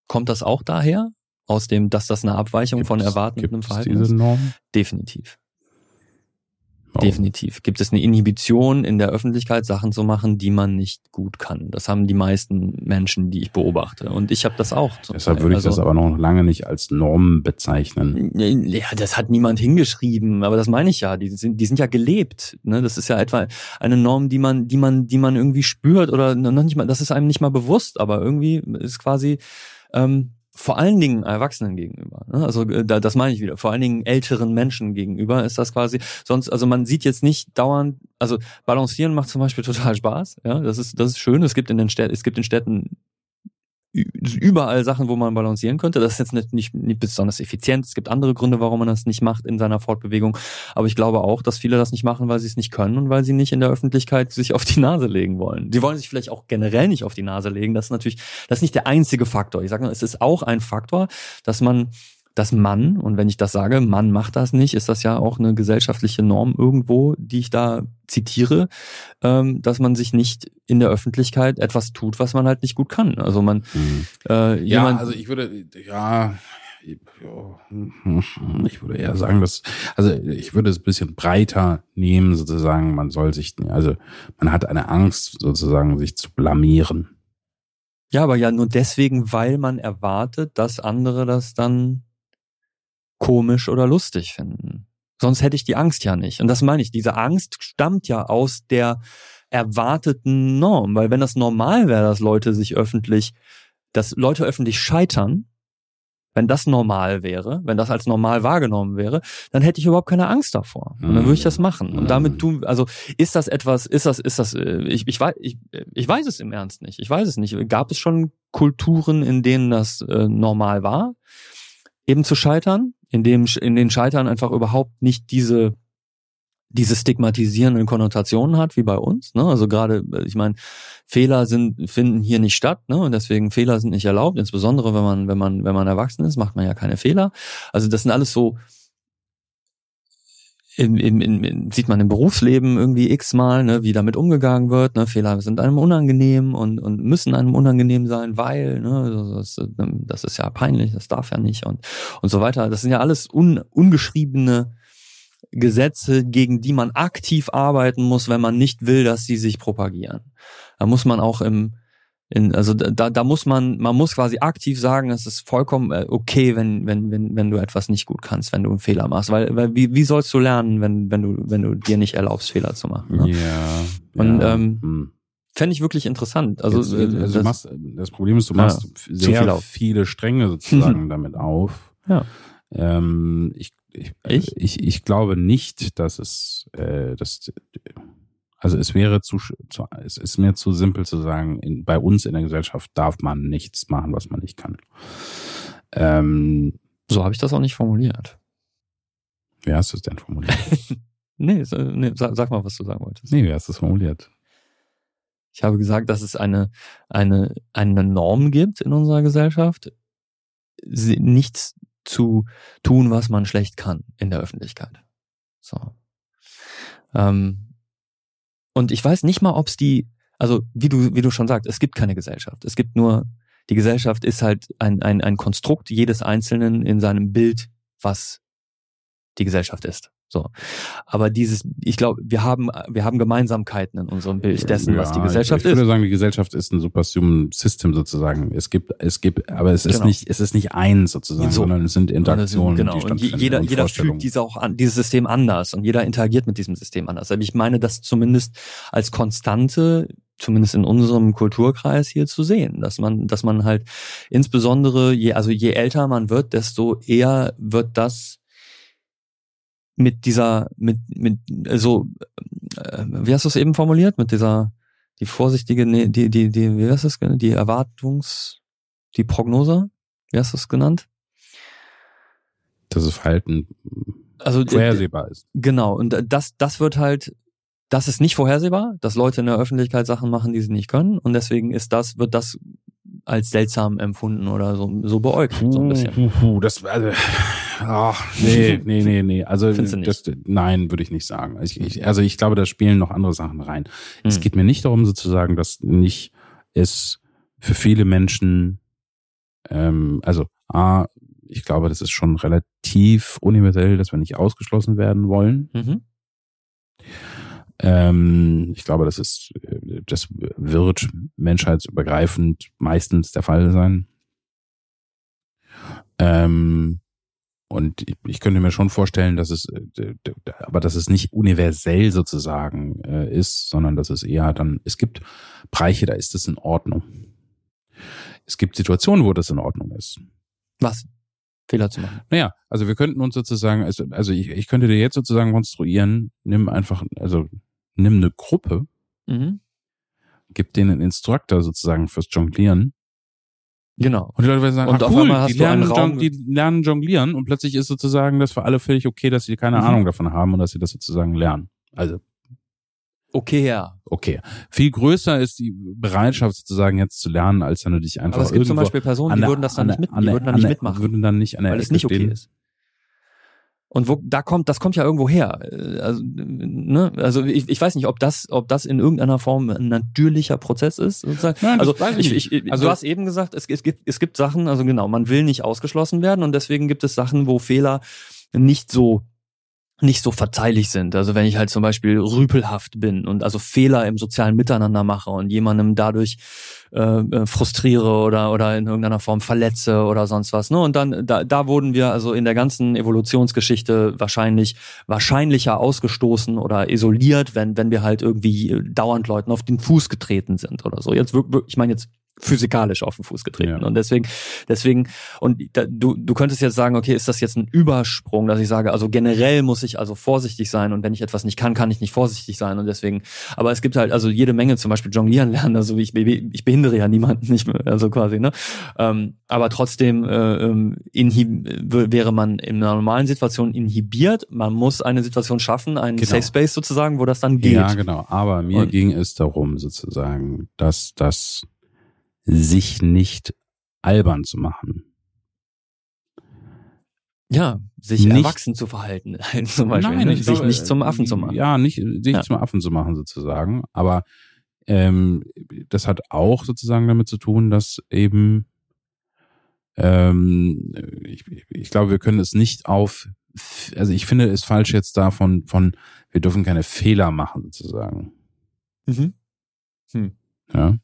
S2: Kommt das auch daher? Aus dem, dass das eine Abweichung von erwartetem Verhalten ist?
S1: Diese Norm?
S2: Definitiv.
S1: Oh.
S2: Definitiv. Gibt es eine Inhibition in der Öffentlichkeit, Sachen zu machen, die man nicht gut kann? Das haben die meisten Menschen, die ich beobachte. Und ich habe das auch.
S1: Deshalb würde ich das aber noch lange nicht als Norm bezeichnen.
S2: Ja, das hat niemand hingeschrieben, aber das meine ich ja. Die sind ja gelebt. Ne? Das ist ja etwa eine Norm, die man irgendwie spürt oder noch nicht mal, das ist einem nicht mal bewusst, aber irgendwie ist quasi vor allen Dingen Erwachsenen gegenüber. Ne? Also das meine ich wieder. Vor allen Dingen älteren Menschen gegenüber ist das quasi. Sonst, also man sieht jetzt nicht dauernd. Also Balancieren macht zum Beispiel total Spaß. Ja, das ist schön. Es gibt in Städten überall Sachen, wo man balancieren könnte. Das ist jetzt nicht besonders effizient. Es gibt andere Gründe, warum man das nicht macht in seiner Fortbewegung. Aber ich glaube auch, dass viele das nicht machen, weil sie es nicht können und weil sie nicht in der Öffentlichkeit sich auf die Nase legen wollen. Sie wollen sich vielleicht auch generell nicht auf die Nase legen. Das ist nicht der einzige Faktor. Ich sage nur, es ist auch ein Faktor, dass man, und wenn ich das sage, Mann macht das nicht, ist das ja auch eine gesellschaftliche Norm irgendwo, die ich da zitiere, dass man sich nicht in der Öffentlichkeit etwas tut, was man halt nicht gut kann. Also
S1: ich würde eher sagen, ich würde es ein bisschen breiter nehmen, sozusagen, man hat eine Angst, sozusagen, sich zu blamieren.
S2: Ja, aber ja nur deswegen, weil man erwartet, dass andere das dann komisch oder lustig finden. Sonst hätte ich die Angst ja nicht. Und das meine ich, diese Angst stammt ja aus der erwarteten Norm. Weil wenn das normal wäre, dass Leute öffentlich scheitern, wenn das normal wäre, wenn das als normal wahrgenommen wäre, dann hätte ich überhaupt keine Angst davor. Und dann würde ich das machen. Und damit ist das etwas, ich weiß es im Ernst nicht. Ich weiß es nicht. Gab es schon Kulturen, in denen das normal war, eben zu scheitern? In den Scheitern einfach überhaupt nicht diese stigmatisierenden Konnotationen hat, wie bei uns, ne? Also gerade, ich meine, Fehler finden hier nicht statt, ne? Und deswegen Fehler sind nicht erlaubt, insbesondere wenn man erwachsen ist, macht man ja keine Fehler. Also das sind alles so, sieht man im Berufsleben irgendwie x-mal, ne, wie damit umgegangen wird, ne? Fehler sind einem unangenehm und müssen einem unangenehm sein, weil, ne, das ist ja peinlich, das darf ja nicht und so weiter. Das sind ja alles ungeschriebene Gesetze, gegen die man aktiv arbeiten muss, wenn man nicht will, dass sie sich propagieren. Da muss man auch man muss quasi aktiv sagen, es ist vollkommen okay, wenn du etwas nicht gut kannst, wenn du einen Fehler machst, weil wie sollst du lernen, wenn du dir nicht erlaubst, Fehler zu machen? Ne?
S1: Ja.
S2: Und fände ich wirklich interessant. Also
S1: das Problem ist, du machst sehr viele Stränge sozusagen damit auf.
S2: Ja.
S1: Ich glaube nicht, dass es es ist mir zu simpel zu sagen, bei uns in der Gesellschaft darf man nichts machen, was man nicht kann.
S2: So habe ich das auch nicht formuliert.
S1: Wie hast du es denn formuliert?
S2: Nee, sag mal, was du sagen wolltest.
S1: Nee, wie hast du es formuliert?
S2: Ich habe gesagt, dass es eine Norm gibt in unserer Gesellschaft, nichts zu tun, was man schlecht kann in der Öffentlichkeit. So. Und ich weiß nicht mal, ob es wie du schon sagst, es gibt keine Gesellschaft. Es gibt nur, die Gesellschaft ist halt ein Konstrukt jedes Einzelnen in seinem Bild, was die Gesellschaft ist. So. Aber ich glaube, wir haben Gemeinsamkeiten in unserem Bild dessen, was die Gesellschaft ist.
S1: Ich würde sagen, die Gesellschaft ist ein Superhuman System sozusagen. Es gibt, aber es ist nicht eins sozusagen, sondern es sind Interaktionen.
S2: Genau. Und jeder fühlt dieses System anders und jeder interagiert mit diesem System anders. Aber ich meine, das zumindest als Konstante, zumindest in unserem Kulturkreis hier zu sehen, dass man halt insbesondere, je älter man wird, desto eher wird das wie hast du es eben formuliert? Die vorsichtige, wie hast du es genannt? Die Prognose? Wie hast du es genannt?
S1: Dass das Verhalten vorhersehbar ist.
S2: Genau. Und das wird halt, das ist nicht vorhersehbar, dass Leute in der Öffentlichkeit Sachen machen, die sie nicht können. Und deswegen wird das als seltsam empfunden oder so beäugt, so ein bisschen.
S1: Nee. Also
S2: findest du nicht?
S1: Nein, würde ich nicht sagen. Ich glaube, da spielen noch andere Sachen rein. Es geht mir nicht darum, sozusagen, dass nicht es für viele Menschen Also ich glaube, das ist schon relativ universell, dass wir nicht ausgeschlossen werden wollen. Ich glaube, das wird menschheitsübergreifend meistens der Fall sein. Und ich könnte mir schon vorstellen, dass es nicht universell sozusagen ist, sondern dass es eher es gibt Bereiche, da ist es in Ordnung. Es gibt Situationen, wo das in Ordnung ist.
S2: Was? Fehler zu machen?
S1: Naja, also wir könnten uns sozusagen, also ich könnte dir jetzt sozusagen konstruieren, nimm eine Gruppe, gib denen einen Instructor sozusagen fürs Jonglieren.
S2: Genau.
S1: Und die Leute werden sagen,
S2: und auf
S1: cool,
S2: einmal hast du einen Raum,
S1: die lernen jonglieren und plötzlich ist sozusagen das für alle völlig okay, dass sie keine Ahnung davon haben und dass sie das sozusagen lernen. Also
S2: okay, ja.
S1: Okay. Viel größer ist die Bereitschaft sozusagen jetzt zu lernen, als wenn du dich einfach
S2: aber es gibt zum Beispiel Personen, die würden das dann nicht mitmachen.
S1: Würden dann nicht an der
S2: weil
S1: Ecke
S2: es nicht okay
S1: stehen.
S2: ist. Und das kommt ja irgendwo her. Also ich weiß nicht, ob das in irgendeiner Form ein natürlicher Prozess ist, sozusagen.
S1: Nein,
S2: also
S1: weiß ich nicht.
S2: du hast eben gesagt, es gibt Sachen, also genau, man will nicht ausgeschlossen werden und deswegen gibt es Sachen, wo Fehler nicht so verzeihlich sind. Also wenn ich halt zum Beispiel rüpelhaft bin und also Fehler im sozialen Miteinander mache und jemandem dadurch frustriere oder in irgendeiner Form verletze oder sonst was. Ne? Und dann da wurden wir also in der ganzen Evolutionsgeschichte wahrscheinlicher ausgestoßen oder isoliert, wenn wir halt irgendwie dauernd Leuten auf den Fuß getreten sind oder so. Ich meine jetzt physikalisch auf den Fuß getreten.
S1: Ja.
S2: Und deswegen, und du könntest jetzt sagen, okay, ist das jetzt ein Übersprung, dass ich sage, also generell muss ich also vorsichtig sein und wenn ich etwas nicht kann ich nicht vorsichtig sein und deswegen, aber es gibt halt also jede Menge zum Beispiel Jonglieren lernen, also ich behindere ja niemanden, nicht mehr, also quasi, ne? Aber trotzdem wäre man in einer normalen Situation inhibiert, man muss eine Situation schaffen, einen Safe Space sozusagen, wo das dann geht.
S1: Ja, genau, aber mir ging es darum sozusagen, dass das sich nicht albern zu machen.
S2: Ja, sich nicht erwachsen zu verhalten, zum Beispiel.
S1: Nein,
S2: sich nicht zum Affen zu machen.
S1: Ja, nicht sich zum Affen zu machen sozusagen. Aber das hat auch sozusagen damit zu tun, dass eben ich glaube, wir können es nicht also ich finde es falsch jetzt davon, wir dürfen keine Fehler machen sozusagen. Ja.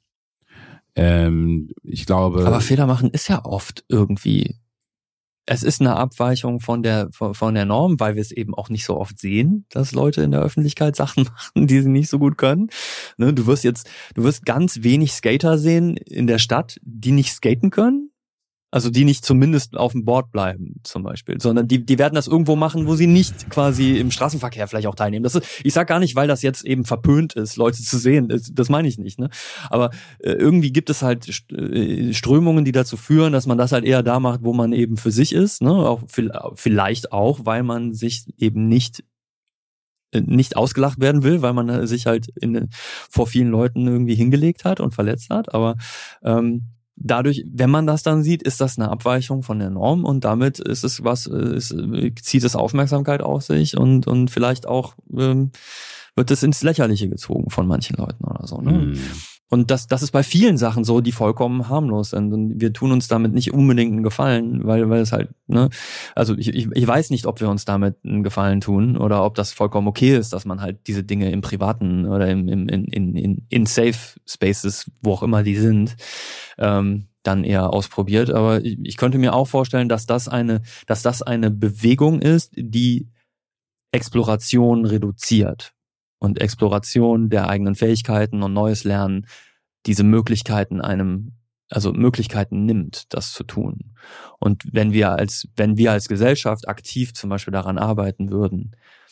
S1: Ich glaube.
S2: Aber Fehler machen ist ja oft irgendwie. Es ist eine Abweichung von der Norm, weil wir es eben auch nicht so oft sehen, dass Leute in der Öffentlichkeit Sachen machen, die sie nicht so gut können. Ne, du wirst ganz wenig Skater sehen in der Stadt, die nicht skaten können. Also die nicht zumindest auf dem Board bleiben zum Beispiel, sondern die werden das irgendwo machen, wo sie nicht quasi im Straßenverkehr vielleicht auch teilnehmen. Ich sag gar nicht, weil das jetzt eben verpönt ist, Leute zu sehen. Das meine ich nicht. Ne? Aber irgendwie gibt es halt Strömungen, die dazu führen, dass man das halt eher da macht, wo man eben für sich ist. Ne? Auch vielleicht auch, weil man sich eben nicht ausgelacht werden will, weil man sich halt vor vielen Leuten irgendwie hingelegt hat und verletzt hat. Aber dadurch, wenn man das dann sieht, ist das eine Abweichung von der Norm und damit ist es zieht es Aufmerksamkeit auf sich und vielleicht auch wird es ins Lächerliche gezogen von manchen Leuten oder so. Ne? Und das ist bei vielen Sachen so, die vollkommen harmlos sind. Und wir tun uns damit nicht unbedingt einen Gefallen, weil es halt, ne, also ich weiß nicht, ob wir uns damit einen Gefallen tun oder ob das vollkommen okay ist, dass man halt diese Dinge im Privaten oder in Safe Spaces, wo auch immer die sind, dann eher ausprobiert. Aber ich könnte mir auch vorstellen, dass das eine Bewegung ist, die Exploration reduziert. Und Exploration der eigenen Fähigkeiten und neues Lernen diese Möglichkeiten Möglichkeiten nimmt, das zu tun. Und wenn wir als Gesellschaft aktiv zum Beispiel daran arbeiten würden,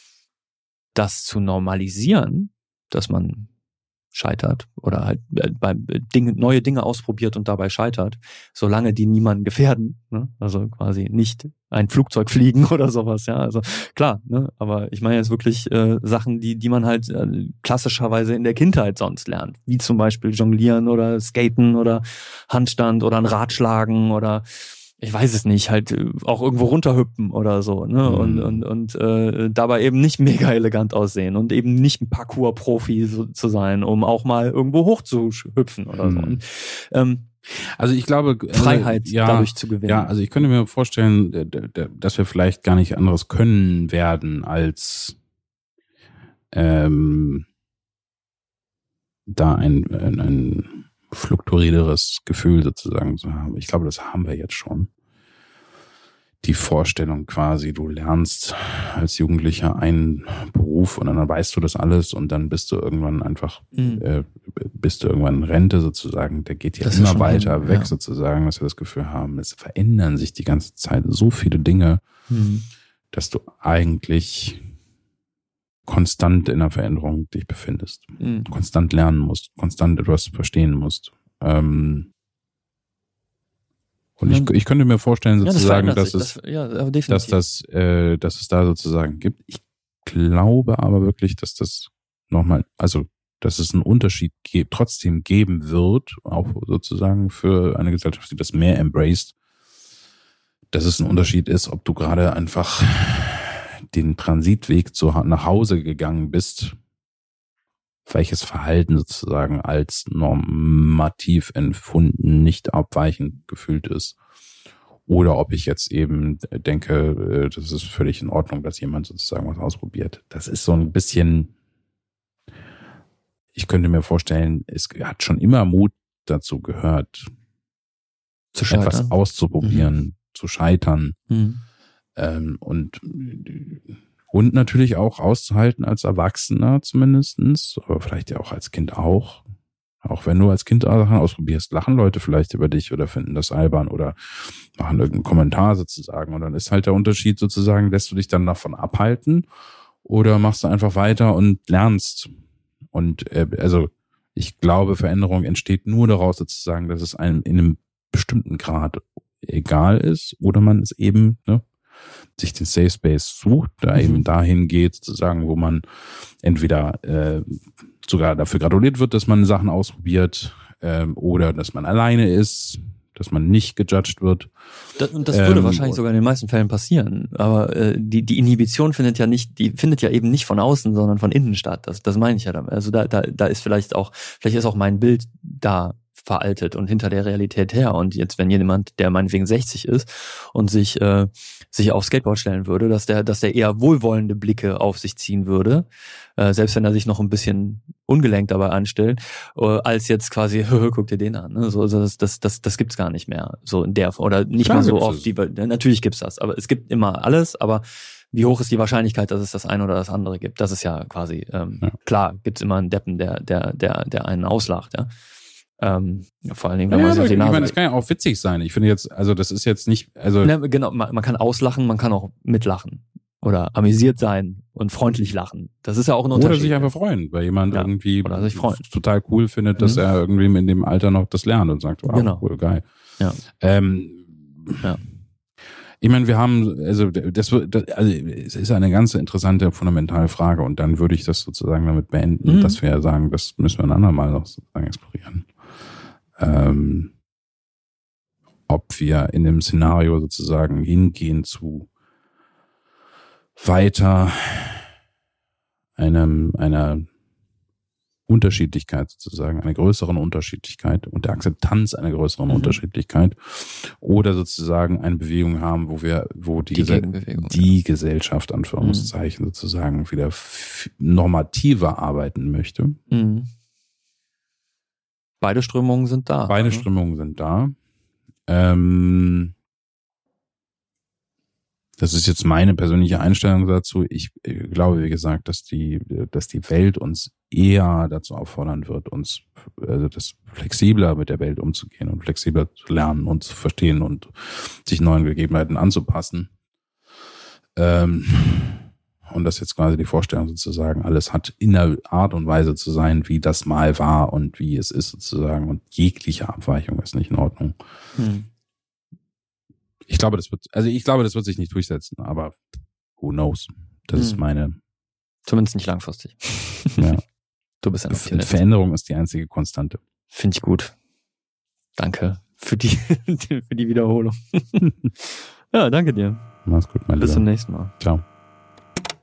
S2: das zu normalisieren, dass man scheitert oder halt neue Dinge ausprobiert und dabei scheitert, solange die niemanden gefährden, ne? Also quasi nicht ein Flugzeug fliegen oder sowas, ja, also klar, ne? Aber ich meine jetzt wirklich Sachen, die man halt klassischerweise in der Kindheit sonst lernt, wie zum Beispiel Jonglieren oder Skaten oder Handstand oder ein Radschlagen oder ich weiß es nicht, halt auch irgendwo runterhüpfen oder so, ne? Und dabei eben nicht mega elegant aussehen und eben nicht ein Parkour-Profi zu sein, um auch mal irgendwo hoch zu hüpfen oder so. Und,
S1: Also ich glaube,
S2: Freiheit dadurch zu gewinnen.
S1: Ja, also ich könnte mir vorstellen, dass wir vielleicht gar nicht anderes können werden, als da ein fluktuierteres Gefühl sozusagen zu haben. Ich glaube, das haben wir jetzt schon. Die Vorstellung quasi, du lernst als Jugendlicher einen Beruf und dann weißt du das alles und dann bist du irgendwann einfach, bist du irgendwann in Rente sozusagen. Der geht ja immer weiter weg sozusagen, dass wir das Gefühl haben, es verändern sich die ganze Zeit so viele Dinge, dass du eigentlich konstant in der Veränderung dich befindest. Konstant lernen musst, konstant etwas verstehen musst. Und ich könnte mir vorstellen, sozusagen, dass es da sozusagen gibt. Ich glaube aber wirklich, dass das nochmal, also, dass es einen Unterschied trotzdem geben wird, auch sozusagen für eine Gesellschaft, die das mehr embraced, dass es ein Unterschied ist, ob du gerade einfach den Transitweg nach Hause gegangen bist, welches Verhalten sozusagen als normativ empfunden, nicht abweichend gefühlt ist. Oder ob ich jetzt eben denke, das ist völlig in Ordnung, dass jemand sozusagen was ausprobiert. Das ist so ein bisschen, ich könnte mir vorstellen, es hat schon immer Mut dazu gehört, etwas auszuprobieren, zu scheitern. Und natürlich auch auszuhalten als Erwachsener zumindestens, aber vielleicht ja auch als Kind auch. Auch wenn du als Kind Sachen ausprobierst, lachen Leute vielleicht über dich oder finden das albern oder machen irgendeinen Kommentar sozusagen. Und dann ist halt der Unterschied sozusagen, lässt du dich dann davon abhalten oder machst du einfach weiter und lernst. Und also ich glaube, Veränderung entsteht nur daraus sozusagen, dass es einem in einem bestimmten Grad egal ist oder man es eben, sich den Safe Space sucht, da eben dahin geht, sozusagen, wo man entweder sogar dafür gratuliert wird, dass man Sachen ausprobiert, oder dass man alleine ist, dass man nicht gejudged wird.
S2: Das würde wahrscheinlich sogar in den meisten Fällen passieren. Aber die Inhibition findet ja eben nicht von außen, sondern von innen statt. Das meine ich ja damit. Also da ist vielleicht ist auch mein Bild da veraltet und hinter der Realität her. Und jetzt, wenn jemand, der meinetwegen 60 ist und sich aufs Skateboard stellen würde, dass der eher wohlwollende Blicke auf sich ziehen würde, selbst wenn er sich noch ein bisschen ungelenkt dabei anstellt, als jetzt quasi, guck dir den an. Ne? So, also das gibt's gar nicht mehr. So in der, oder nicht Klar, mehr so oft. Natürlich gibt's das, aber es gibt immer alles, aber wie hoch ist die Wahrscheinlichkeit, dass es das eine oder das andere gibt? Das ist ja quasi, klar, gibt's immer einen Deppen, der einen auslacht, ja. Vor allen Dingen, wenn man sich auf die Nase... Ich meine,
S1: das kann ja auch witzig sein. Ich finde jetzt, also das ist jetzt nicht...
S2: Genau, man kann auslachen, man kann auch mitlachen. Oder amüsiert sein und freundlich lachen. Das ist ja auch ein Unterschied.
S1: Oder sich einfach freuen, weil jemand irgendwie
S2: total
S1: cool findet, dass er irgendwie in dem Alter noch das lernt und sagt, wow, cool, geil.
S2: Ja.
S1: Ich meine, wir haben, es ist eine ganz interessante, fundamentale Frage und dann würde ich das sozusagen damit beenden, dass wir sagen, das müssen wir ein andermal noch sozusagen explorieren. Ob wir in dem Szenario sozusagen hingehen zu weiter einer Unterschiedlichkeit sozusagen, einer größeren Unterschiedlichkeit und der Akzeptanz einer größeren Unterschiedlichkeit oder sozusagen eine Bewegung haben, wo die Gesellschaft, Anführungszeichen, sozusagen wieder normativer arbeiten möchte.
S2: Beide Strömungen sind da.
S1: Strömungen sind da. Das ist jetzt meine persönliche Einstellung dazu. Ich glaube, wie gesagt, dass die Welt uns eher dazu auffordern wird, das flexibler mit der Welt umzugehen und flexibler zu lernen und zu verstehen und sich neuen Gegebenheiten anzupassen. Und das jetzt quasi die Vorstellung sozusagen, alles hat in der Art und Weise zu sein, wie das mal war und wie es ist sozusagen und jegliche Abweichung ist nicht in Ordnung. Ich glaube, das wird sich nicht durchsetzen, aber who knows? Das ist meine...
S2: Zumindest nicht langfristig.
S1: Ja.
S2: Du bist ein Optimist.
S1: Veränderung ist die einzige Konstante.
S2: Finde ich gut. Danke für die Wiederholung. Ja, danke dir.
S1: Mach's gut, mein Lieber.
S2: Bis zum nächsten Mal.
S1: Ciao.